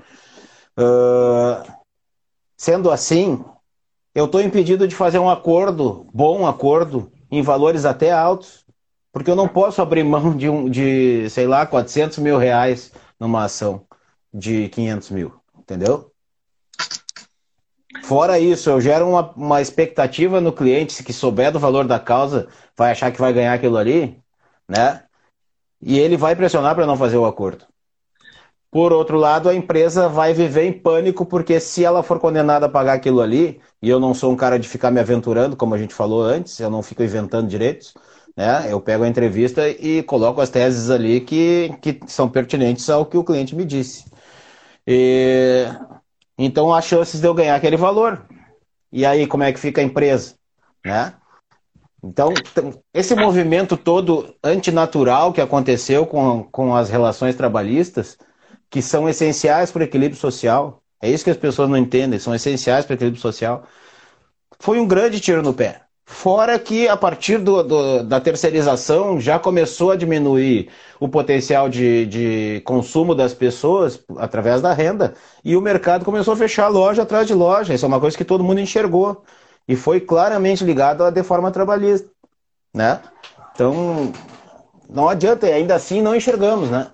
Sendo assim, eu estou impedido de fazer um bom acordo, em valores até altos, porque eu não posso abrir mão de sei lá, 400 mil reais numa ação de 500 mil, entendeu? Fora isso, eu gero uma expectativa no cliente, se que souber do valor da causa, vai achar que vai ganhar aquilo ali, né? E ele vai pressionar para não fazer o acordo. Por outro lado, a empresa vai viver em pânico, porque se ela for condenada a pagar aquilo ali, e eu não sou um cara de ficar me aventurando, como a gente falou antes, eu não fico inventando direitos, né? Eu pego a entrevista e coloco as teses ali que são pertinentes ao que o cliente me disse. Então, há chances de eu ganhar aquele valor. E aí, como é que fica a empresa? Né? Então, esse movimento todo antinatural que aconteceu com as relações trabalhistas, que são essenciais para o equilíbrio social, é isso que as pessoas não entendem, são essenciais para o equilíbrio social, foi um grande tiro no pé. Fora que, a partir da terceirização, já começou a diminuir o potencial de consumo das pessoas através da renda, e o mercado começou a fechar loja atrás de loja. Isso é uma coisa que todo mundo enxergou. e foi claramente ligado à reforma trabalhista, né? Então, não adianta, ainda assim não enxergamos, né?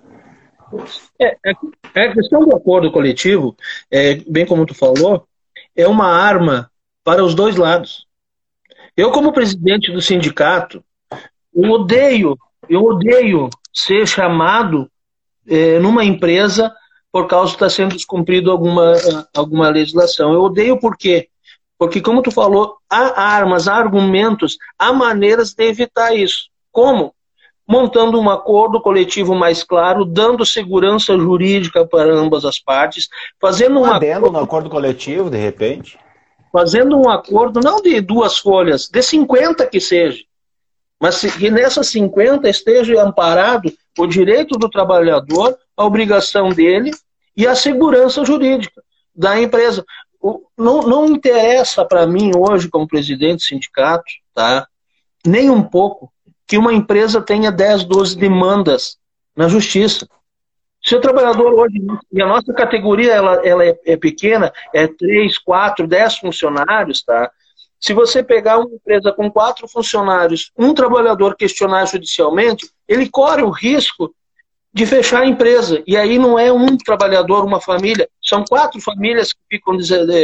A questão do acordo coletivo, bem como tu falou, é uma arma para os dois lados. Eu, como presidente do sindicato, eu odeio ser chamado numa empresa por causa de estar sendo descumprido alguma legislação. Eu odeio por quê? Porque, como tu falou, há armas, há argumentos, há maneiras de evitar isso. Como? Montando um acordo coletivo mais claro, dando segurança jurídica para ambas as partes, fazendo um adendo no acordo coletivo, de repente. Fazendo um acordo, não de 2 folhas, de 50 que seja, mas que nessas 50 esteja amparado o direito do trabalhador, a obrigação dele e a segurança jurídica da empresa. Não interessa para mim hoje, como presidente do sindicato, tá, nem um pouco, que uma empresa tenha 10, 12 demandas na justiça. Se o trabalhador hoje, e a nossa categoria ela é pequena, 3, 4, 10 funcionários, tá? Se você pegar uma empresa com 4 funcionários, um trabalhador questionar judicialmente, ele corre o risco de fechar a empresa. E aí não é um trabalhador, uma família, são 4 famílias que ficam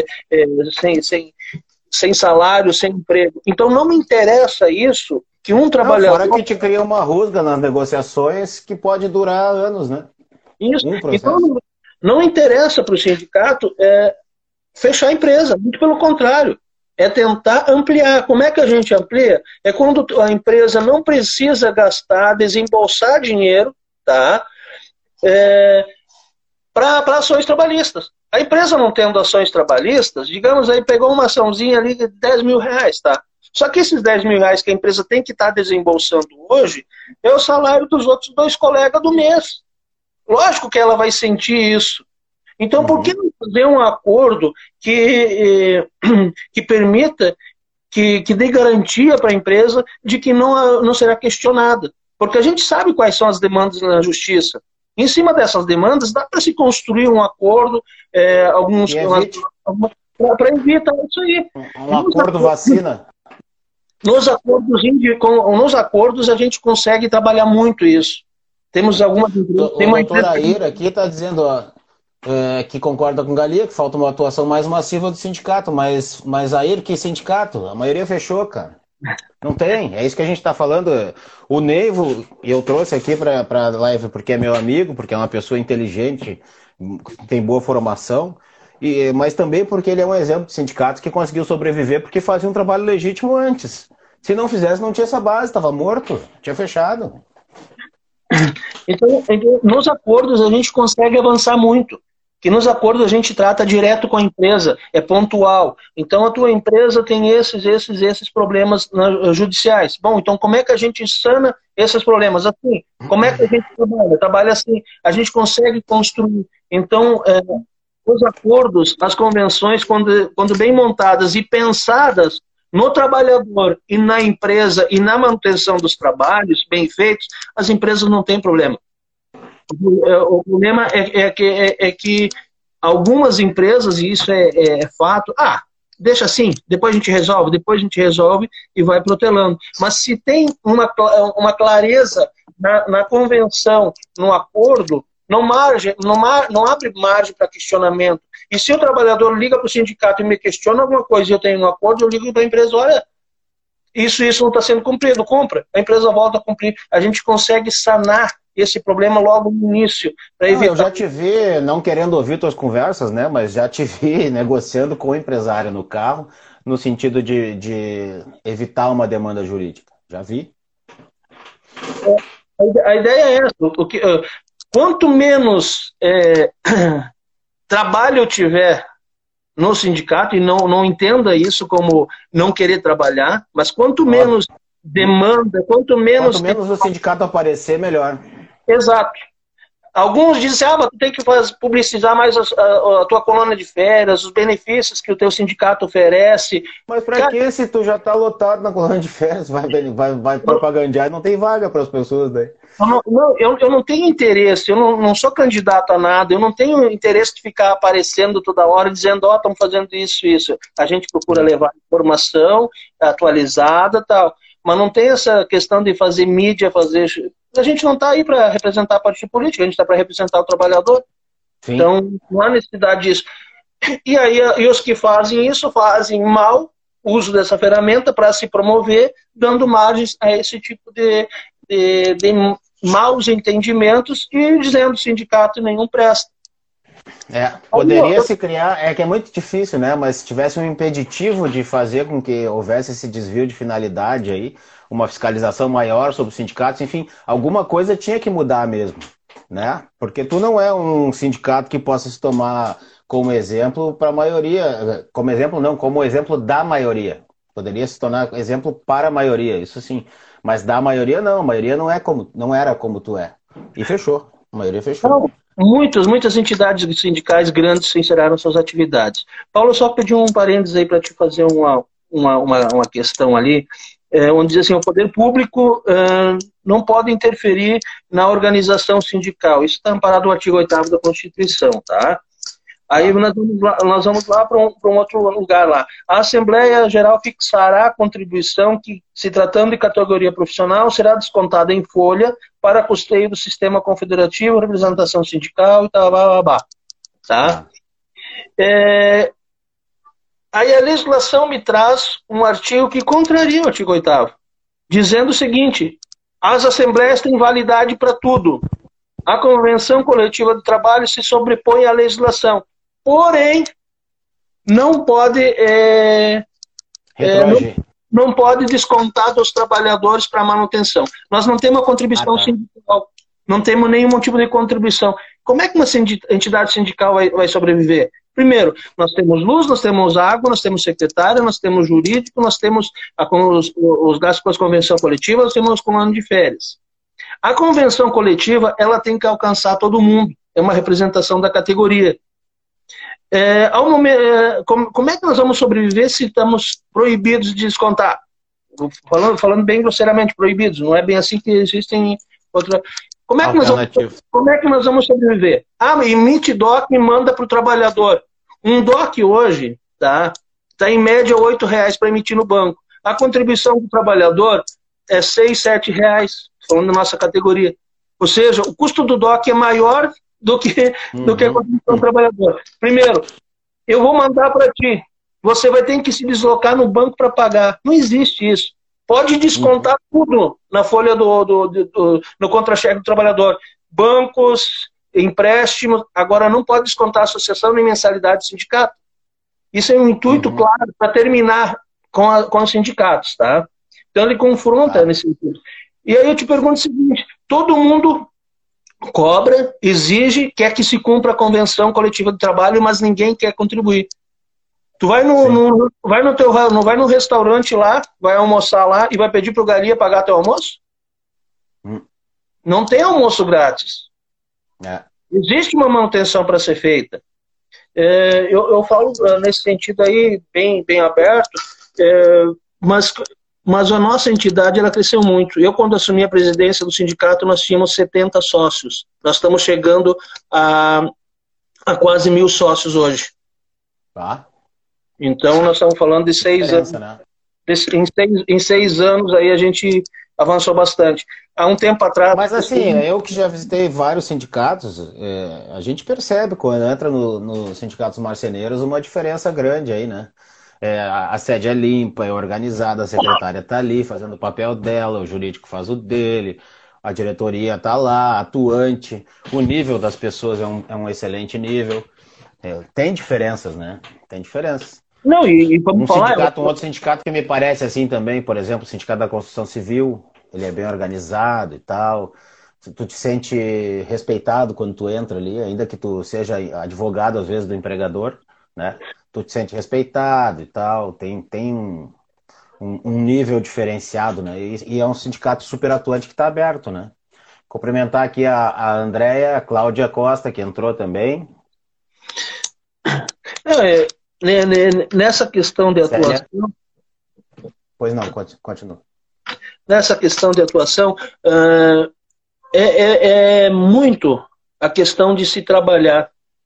sem salário, sem emprego. Então não me interessa isso, que um trabalhador... Fora que te cria uma rusga nas negociações que pode durar anos, né? Isso. Então, não interessa para o sindicato fechar a empresa, muito pelo contrário, é tentar ampliar. Como é que a gente amplia? É quando a empresa não precisa gastar, desembolsar dinheiro, tá? Para ações trabalhistas. A empresa não tendo ações trabalhistas, digamos aí, pegou uma açãozinha ali de 10 mil reais, tá? Só que esses 10 mil reais que a empresa tem que estar desembolsando hoje é o salário dos outros 2 colegas do mês. Lógico que ela vai sentir isso. Então, por que não fazer um acordo que permita, que dê garantia para a empresa de que não será questionada? Porque a gente sabe quais são as demandas na justiça. Em cima dessas demandas, dá para se construir um acordo, para evitar isso aí. Um acordo vacina. Nos acordos, a gente consegue trabalhar muito isso. Temos algumas... O doutor Air aqui está dizendo que concorda com o Galia, que falta uma atuação mais massiva do sindicato, mas Air, que sindicato? A maioria fechou, cara. Não tem, é isso que a gente está falando. O Neivo, eu trouxe aqui para a live porque é meu amigo, porque é uma pessoa inteligente, tem boa formação, mas também porque ele é um exemplo de sindicato que conseguiu sobreviver porque fazia um trabalho legítimo antes. Se não fizesse, não tinha essa base, estava morto, tinha fechado. Então, nos acordos a gente consegue avançar muito. Que nos acordos a gente trata direto com a empresa, é pontual. Então a tua empresa tem esses problemas judiciais. Bom, então como é que a gente sana esses problemas? Assim, como é que a gente trabalha? Trabalha assim, a gente consegue construir. Então, os acordos, as convenções, quando bem montadas e pensadas no trabalhador e na empresa e na manutenção dos trabalhos bem feitos, as empresas não têm problema. O problema é que algumas empresas, e isso é fato, deixa assim, depois a gente resolve e vai protelando. Mas se tem uma clareza na convenção, no acordo, não abre margem para questionamento. E se o trabalhador liga para o sindicato e me questiona alguma coisa e eu tenho um acordo, eu ligo para a empresa, olha, isso não está sendo cumprido, compra. A empresa volta a cumprir. A gente consegue sanar esse problema logo no início. Eu já te vi, não querendo ouvir tuas conversas, né, mas já te vi negociando com o empresário no carro, no sentido de evitar uma demanda jurídica. Já vi. A ideia é essa. Quanto menos trabalho eu tiver no sindicato, e não entenda isso como não querer trabalhar, mas quanto menos demanda, quanto menos o sindicato aparecer, melhor. Exato. Alguns dizem, mas tu tem que publicizar mais a tua colônia de férias, os benefícios que o teu sindicato oferece. Mas para que se tu já tá lotado na colônia de férias, vai propagandear e não tem vaga para as pessoas daí? Eu não tenho interesse, eu não sou candidato a nada, eu não tenho interesse de ficar aparecendo toda hora dizendo, estamos fazendo isso. A gente procura levar informação atualizada e tal, mas não tem essa questão de fazer mídia, A gente não está aí para representar a partido político, a gente está para representar o trabalhador. Sim. Então, não há necessidade disso. E os que fazem isso fazem mal uso dessa ferramenta para se promover, dando margens a esse tipo de maus entendimentos e dizendo sindicato nenhum presta. Poderia se criar, que é muito difícil, né? Mas se tivesse um impeditivo de fazer com que houvesse esse desvio de finalidade aí, uma fiscalização maior sobre os sindicatos, enfim, alguma coisa tinha que mudar mesmo, né? Porque tu não é um sindicato que possa se tomar como exemplo para a maioria, como exemplo da maioria. Poderia se tornar exemplo para a maioria, isso sim. Mas da maioria não, a maioria não era como tu é. E fechou, a maioria fechou. Não. Muitas entidades sindicais grandes encerraram suas atividades. Paulo, só pedi um parênteses aí para te fazer uma questão ali, onde diz assim, o poder público não pode interferir na organização sindical. Isso está amparado no artigo 8º da Constituição, tá? Aí nós vamos lá para um outro lugar lá. A Assembleia Geral fixará a contribuição que, se tratando de categoria profissional, será descontada em folha para custeio do sistema confederativo, representação sindical e tal, tá? Aí a legislação me traz um artigo que contraria o artigo 8º, dizendo o seguinte: as assembleias têm validade para tudo. A convenção coletiva de trabalho se sobrepõe à legislação. Porém, não pode não pode descontar dos trabalhadores para manutenção. Nós não temos uma contribuição sindical, não temos nenhum tipo de contribuição. Como é que uma entidade sindical vai sobreviver? Primeiro, nós temos luz, nós temos água, nós temos secretário, nós temos jurídico, nós temos os gastos com a convenção coletiva, nós temos com o ano de férias. A convenção coletiva, ela tem que alcançar todo mundo, é uma representação da categoria. Como é que nós vamos sobreviver se estamos proibidos de descontar? Falando bem grosseiramente, proibidos, não é bem assim que existem outras. Como é que nós vamos sobreviver? Emite DOC e manda para o trabalhador. Um DOC hoje tá em média R$8 para emitir no banco. A contribuição do trabalhador é R$6, R$7, falando da nossa categoria. Ou seja, o custo do DOC é maior do que a contribuição do trabalhador. Primeiro, eu vou mandar para ti. Você vai ter que se deslocar no banco para pagar. Não existe isso. Pode descontar tudo na folha no contra-cheque do trabalhador. Bancos, empréstimos, agora não pode descontar associação nem mensalidade do sindicato. Isso é um intuito, claro, para terminar com os sindicatos, tá? Então ele confronta nesse sentido. E aí eu te pergunto o seguinte: todo mundo cobra, exige, quer que se cumpra a convenção coletiva de trabalho, mas ninguém quer contribuir. Tu vai no restaurante lá, vai almoçar lá e vai pedir pro Galinha pagar teu almoço? Não tem almoço grátis. Existe uma manutenção para ser feita. Eu falo nesse sentido aí, bem aberto, mas a nossa entidade ela cresceu muito. Eu, quando assumi a presidência do sindicato, nós tínhamos 70 sócios. Nós estamos chegando a quase 1.000 sócios hoje. Então, nós estamos falando de 6 anos. Né? Em 6 anos, aí a gente avançou bastante. Há um tempo atrás... Mas assim, eu que já visitei vários sindicatos, a gente percebe quando entra nos sindicatos marceneiros uma diferença grande aí, né? A sede é limpa, é organizada, a secretária está ali fazendo o papel dela, o jurídico faz o dele, a diretoria está lá, atuante, o nível das pessoas é um excelente nível. Tem diferenças, né? Tem diferenças. Não, e vamos falar... Um outro sindicato que me parece assim também, por exemplo, o Sindicato da Construção Civil, ele é bem organizado e tal. Tu te sente respeitado quando tu entra ali, ainda que tu seja advogado, às vezes, do empregador, né? Tu te sente respeitado e tal, tem um nível diferenciado, né? E é um sindicato super atuante que está aberto, né? Cumprimentar aqui a Andréia, a Cláudia Costa, que entrou também. Nessa questão de Célia? atuação... Pois não, continua. Nessa questão de atuação, é muito a questão de se trabalhar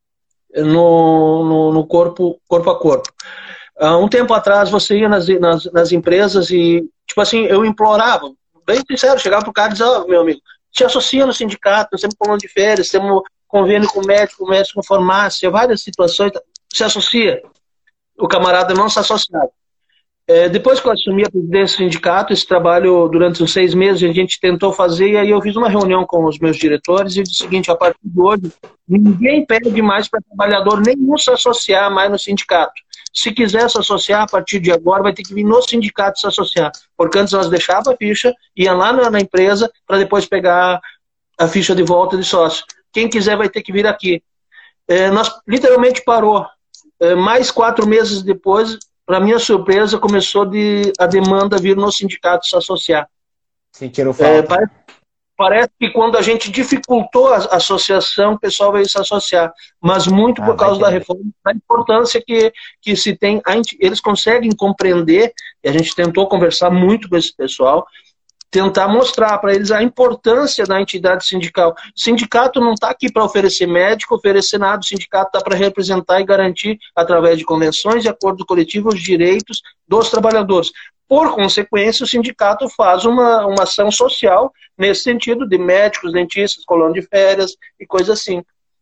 no corpo a corpo. Há um tempo atrás, você ia nas empresas e, tipo assim, eu implorava, bem sincero, chegava pro cara e dizia, meu amigo, se associa no sindicato, nós temos plano de férias, temos convênio com médico com farmácia, várias situações, se associa. O camarada não se associava. Depois que eu assumi a presidência do sindicato, esse trabalho, durante uns 6 meses, a gente tentou fazer, e aí eu fiz uma reunião com os meus diretores e disse o seguinte, a partir de hoje, ninguém pede mais para trabalhador nenhum se associar mais no sindicato. Se quiser se associar, a partir de agora, vai ter que vir no sindicato se associar. Porque antes nós deixávamos a ficha, ia lá na empresa, para depois pegar a ficha de volta de sócio. Quem quiser vai ter que vir aqui. Nós literalmente parou. Mais 4 meses depois, para minha surpresa, começou a demanda vir no sindicato se associar. Sentiram falta. Parece que quando a gente dificultou a associação, o pessoal veio se associar. Mas muito por causa da reforma, da importância que se tem. Eles conseguem compreender, e a gente tentou conversar muito com esse pessoal, tentar mostrar para eles a importância da entidade sindical. O sindicato não está aqui para oferecer médico, oferecer nada. O sindicato está para representar e garantir, através de convenções e acordo coletivo, os direitos dos trabalhadores. Por consequência, o sindicato faz uma ação social nesse sentido, de médicos, dentistas, colônia de férias e coisas assim.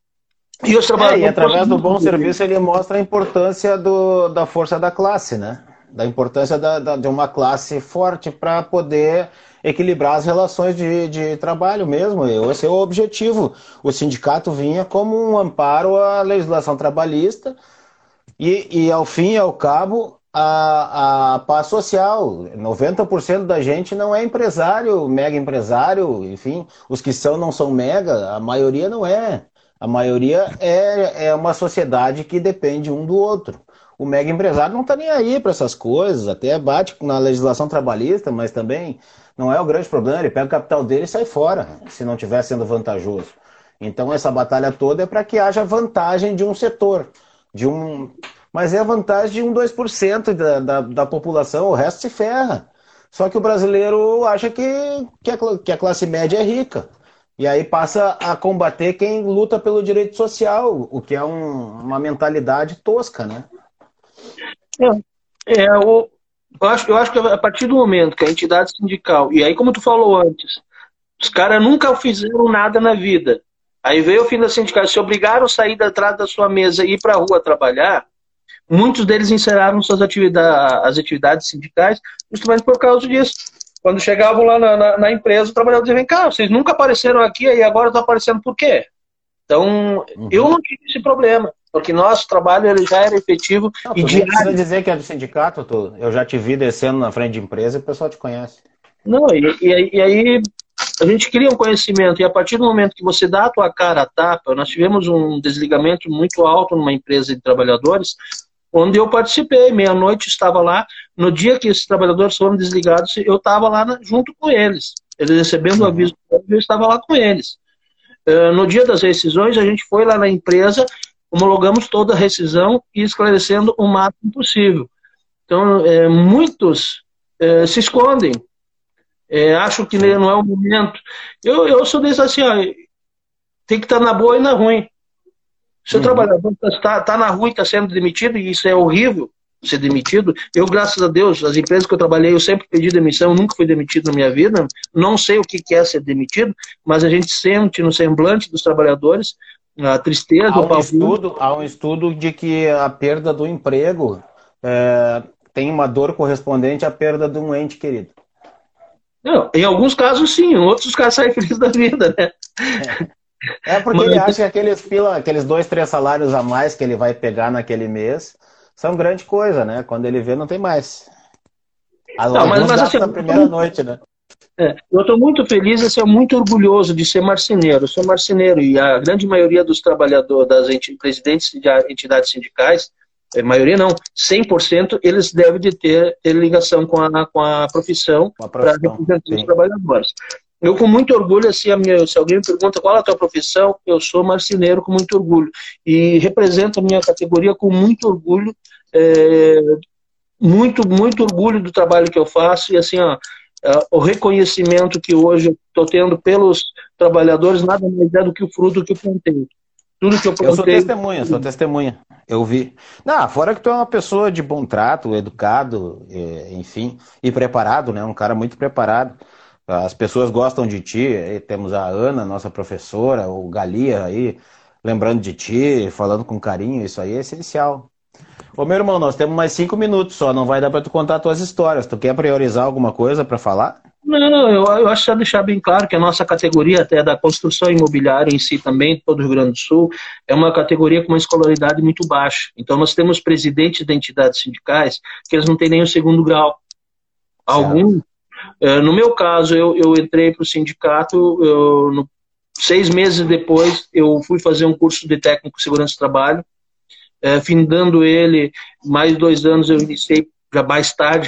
E os trabalhadores... E através do bom serviço ele mostra a importância da força da classe, né? Da importância de uma classe forte para poder equilibrar as relações de trabalho mesmo. Esse é o objetivo. O sindicato vinha como um amparo à legislação trabalhista e ao fim e ao cabo, a paz social. 90% da gente não é empresário, mega empresário, enfim, os que são não são mega, a maioria não é. A maioria é uma sociedade que depende um do outro. O mega empresário não está nem aí para essas coisas, até bate na legislação trabalhista, mas também não é o grande problema, ele pega o capital dele e sai fora, se não estiver sendo vantajoso. Então essa batalha toda é para que haja vantagem de um setor, mas é a vantagem de 2% da população, o resto se ferra. Só que o brasileiro acha que a classe média é rica. E aí passa a combater quem luta pelo direito social, o que é uma mentalidade tosca, né? Eu acho que a partir do momento que a entidade sindical, e aí como tu falou antes, os caras nunca fizeram nada na vida, aí veio o fim da sindical, se obrigaram a sair da atrás da sua mesa e ir para a rua trabalhar, muitos deles encerraram as atividades sindicais justamente por causa disso. Quando chegavam lá na empresa, o trabalhador dizia, vem cá, vocês nunca apareceram aqui e agora estão aparecendo por quê? Então, eu não tive esse problema, porque nosso trabalho ele já era efetivo e diário. Não precisa dizer que é do sindicato, eu já te vi descendo na frente de empresa e o pessoal te conhece. Não, e aí a gente cria um conhecimento, e a partir do momento que você dá a tua cara a tapa, nós tivemos um desligamento muito alto numa empresa de trabalhadores, onde eu participei, meia-noite estava lá, no dia que esses trabalhadores foram desligados, eu estava lá junto com eles, eles recebendo o aviso, eu estava lá com eles. No dia das rescisões, a gente foi lá na empresa, homologamos toda a rescisão e esclarecendo o máximo possível. Então, muitos se escondem, acham que não é o momento. Eu sou desse assim, ó, tem que estar na boa e na ruim. Se o trabalhador está na rua e está sendo demitido, e isso é horrível, ser demitido, eu, graças a Deus, as empresas que eu trabalhei, eu sempre pedi demissão, eu nunca fui demitido na minha vida, não sei o que é ser demitido, mas a gente sente no semblante dos trabalhadores a tristeza, o pavor. Há um estudo de que a perda do emprego tem uma dor correspondente à perda de um ente querido. Não, em alguns casos sim, em outros casos saem felizes da vida, né? Porque ele acha que aqueles 2, 3 salários a mais que ele vai pegar naquele mês são grande coisa, né? Quando ele vê, não tem mais. Mas assim, na primeira noite, né? Eu estou muito feliz e assim, muito orgulhoso de ser marceneiro. Eu sou marceneiro e a grande maioria dos trabalhadores, presidentes de entidades sindicais, maioria não, 100%, eles devem ter ligação com a profissão para representar os trabalhadores. Eu com muito orgulho, assim, se alguém me pergunta qual é a tua profissão, eu sou marceneiro com muito orgulho. E represento a minha categoria com muito orgulho, muito orgulho do trabalho que eu faço. E assim, ó, o reconhecimento que hoje eu estou tendo pelos trabalhadores nada mais é do que o fruto que eu plantei. Tudo que eu plantei... Eu sou testemunha. Eu vi. Não, fora que tu é uma pessoa de bom trato, educado, enfim, e preparado, né? Um cara muito preparado. As pessoas gostam de ti. Aí temos a Ana, nossa professora, o Galia aí, lembrando de ti, falando com carinho. Isso aí é essencial. Ô, meu irmão, nós temos mais 5 minutos só. Não vai dar para tu contar tuas histórias. Tu quer priorizar alguma coisa para falar? Não, eu acho que só deixar bem claro que a nossa categoria, até da construção imobiliária em si também, todo o Rio Grande do Sul, é uma categoria com uma escolaridade muito baixa. Então nós temos presidentes de entidades sindicais que eles não têm nem o segundo grau. Alguns, no meu caso, eu entrei para o sindicato, 6 meses depois eu fui fazer um curso de técnico de segurança do trabalho, findando ele, mais 2 anos eu iniciei já mais tarde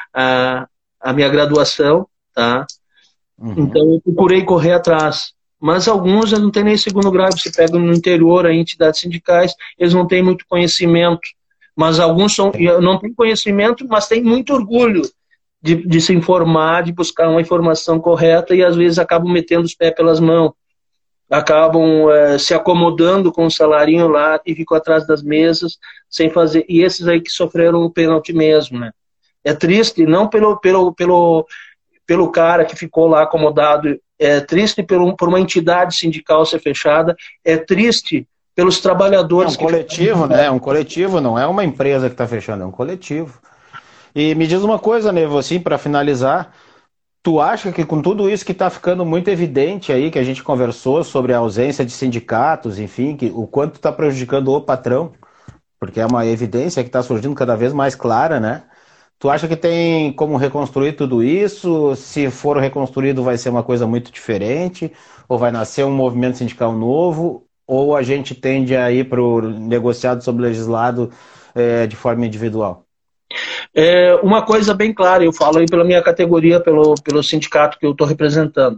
a minha graduação, tá? Então eu procurei correr atrás. Mas alguns não têm nem segundo grau. Você pega no interior aí, entidades sindicais, eles não têm muito conhecimento. Mas alguns não têm conhecimento, mas têm muito orgulho de se informar, de buscar uma informação correta e às vezes acabam metendo os pés pelas mãos. Acabam se acomodando com o salarinho lá e ficam atrás das mesas sem fazer. E esses aí que sofreram o pênalti mesmo, né? É triste, não pelo cara que ficou lá acomodado, é triste por uma entidade sindical ser fechada, é triste pelos trabalhadores. É um coletivo, né? É um coletivo, não é uma empresa que está fechando, é um coletivo. E me diz uma coisa, Nevo, assim, para finalizar, tu acha que com tudo isso que está ficando muito evidente aí, que a gente conversou sobre a ausência de sindicatos, enfim, que o quanto está prejudicando o patrão, porque é uma evidência que está surgindo cada vez mais clara, né? Tu acha que tem como reconstruir tudo isso? Se for reconstruído, vai ser uma coisa muito diferente? Ou vai nascer um movimento sindical novo? Ou a gente tende a ir para o negociado sobre legislado de forma individual? Uma coisa bem clara, eu falo aí pela minha categoria, pelo sindicato que eu estou representando.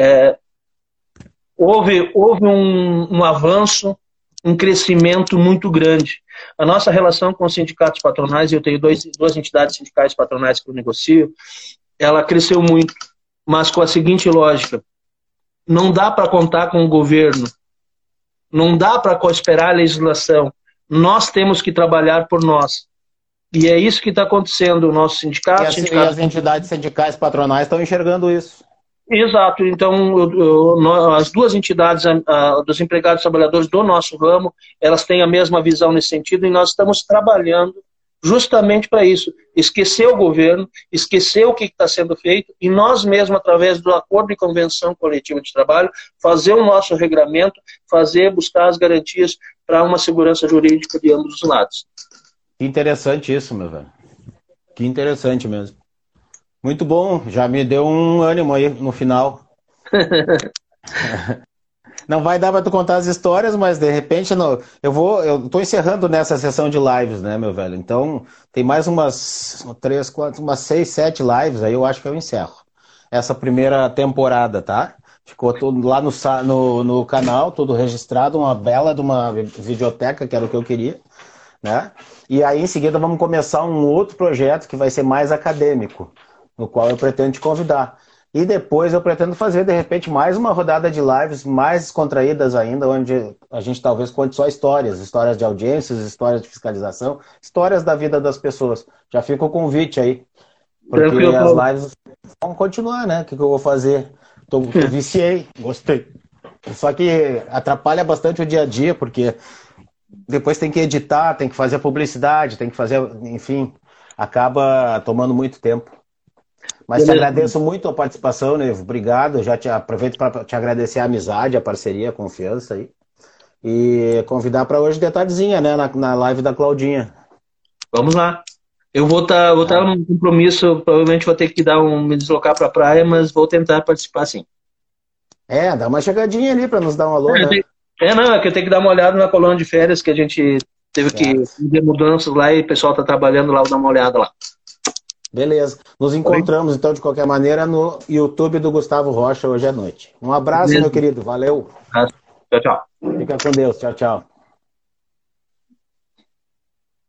Houve um avanço, um crescimento muito grande. A nossa relação com os sindicatos patronais, eu tenho duas entidades sindicais patronais que eu negocio, ela cresceu muito, mas com a seguinte lógica: não dá para contar com o governo, não dá para esperar a legislação, nós temos que trabalhar por nós. E é isso que está acontecendo no nosso sindicato. E as entidades sindicais patronais estão enxergando isso. Exato. Então, as duas entidades dos empregados e trabalhadores do nosso ramo, elas têm a mesma visão nesse sentido e nós estamos trabalhando justamente para isso. Esquecer o governo, esquecer o que está sendo feito e nós mesmos, através do acordo de convenção coletiva de trabalho, fazer o nosso regramento, buscar as garantias para uma segurança jurídica de ambos os lados. Que interessante isso, meu velho. Que interessante mesmo. Muito bom, já me deu um ânimo aí no final. Não vai dar para tu contar as histórias, mas de repente eu tô encerrando nessa sessão de lives, né, meu velho? Então tem mais umas 3, 4, umas 6, 7 lives, aí eu acho que eu encerro essa primeira temporada, tá? Ficou tudo lá no canal, tudo registrado, uma bela de uma videoteca, que era o que eu queria, né? E aí em seguida vamos começar um outro projeto que vai ser mais acadêmico, no qual eu pretendo te convidar. E depois eu pretendo fazer, de repente, mais uma rodada de lives mais descontraídas ainda, onde a gente talvez conte só histórias de audiências, histórias de fiscalização, histórias da vida das pessoas. Já fica o convite aí, porque as lives vão continuar, né? O que eu vou fazer? Eu viciei, gostei. Só que atrapalha bastante o dia a dia, porque depois tem que editar, tem que fazer a publicidade, tem que fazer, enfim, acaba tomando muito tempo. Mas te agradeço muito a participação, Nevo. Obrigado. Já aproveito para te agradecer a amizade, a parceria, a confiança aí. E convidar para hoje de tardezinha, né? Na live da Claudinha. Vamos lá. Eu vou estar num compromisso, provavelmente vou ter que me deslocar para a praia, mas vou tentar participar sim. Dá uma chegadinha ali para nos dar um alô, né? É que eu tenho que dar uma olhada na colônia de férias, que a gente teve que fazer mudanças lá e o pessoal está trabalhando lá, vou dar uma olhada lá. Beleza. Nos encontramos, então, de qualquer maneira, no YouTube do Gustavo Rocha hoje à noite. Um abraço, Beleza. meu querido. Valeu. Tchau, tchau. Fica com Deus. Tchau, tchau.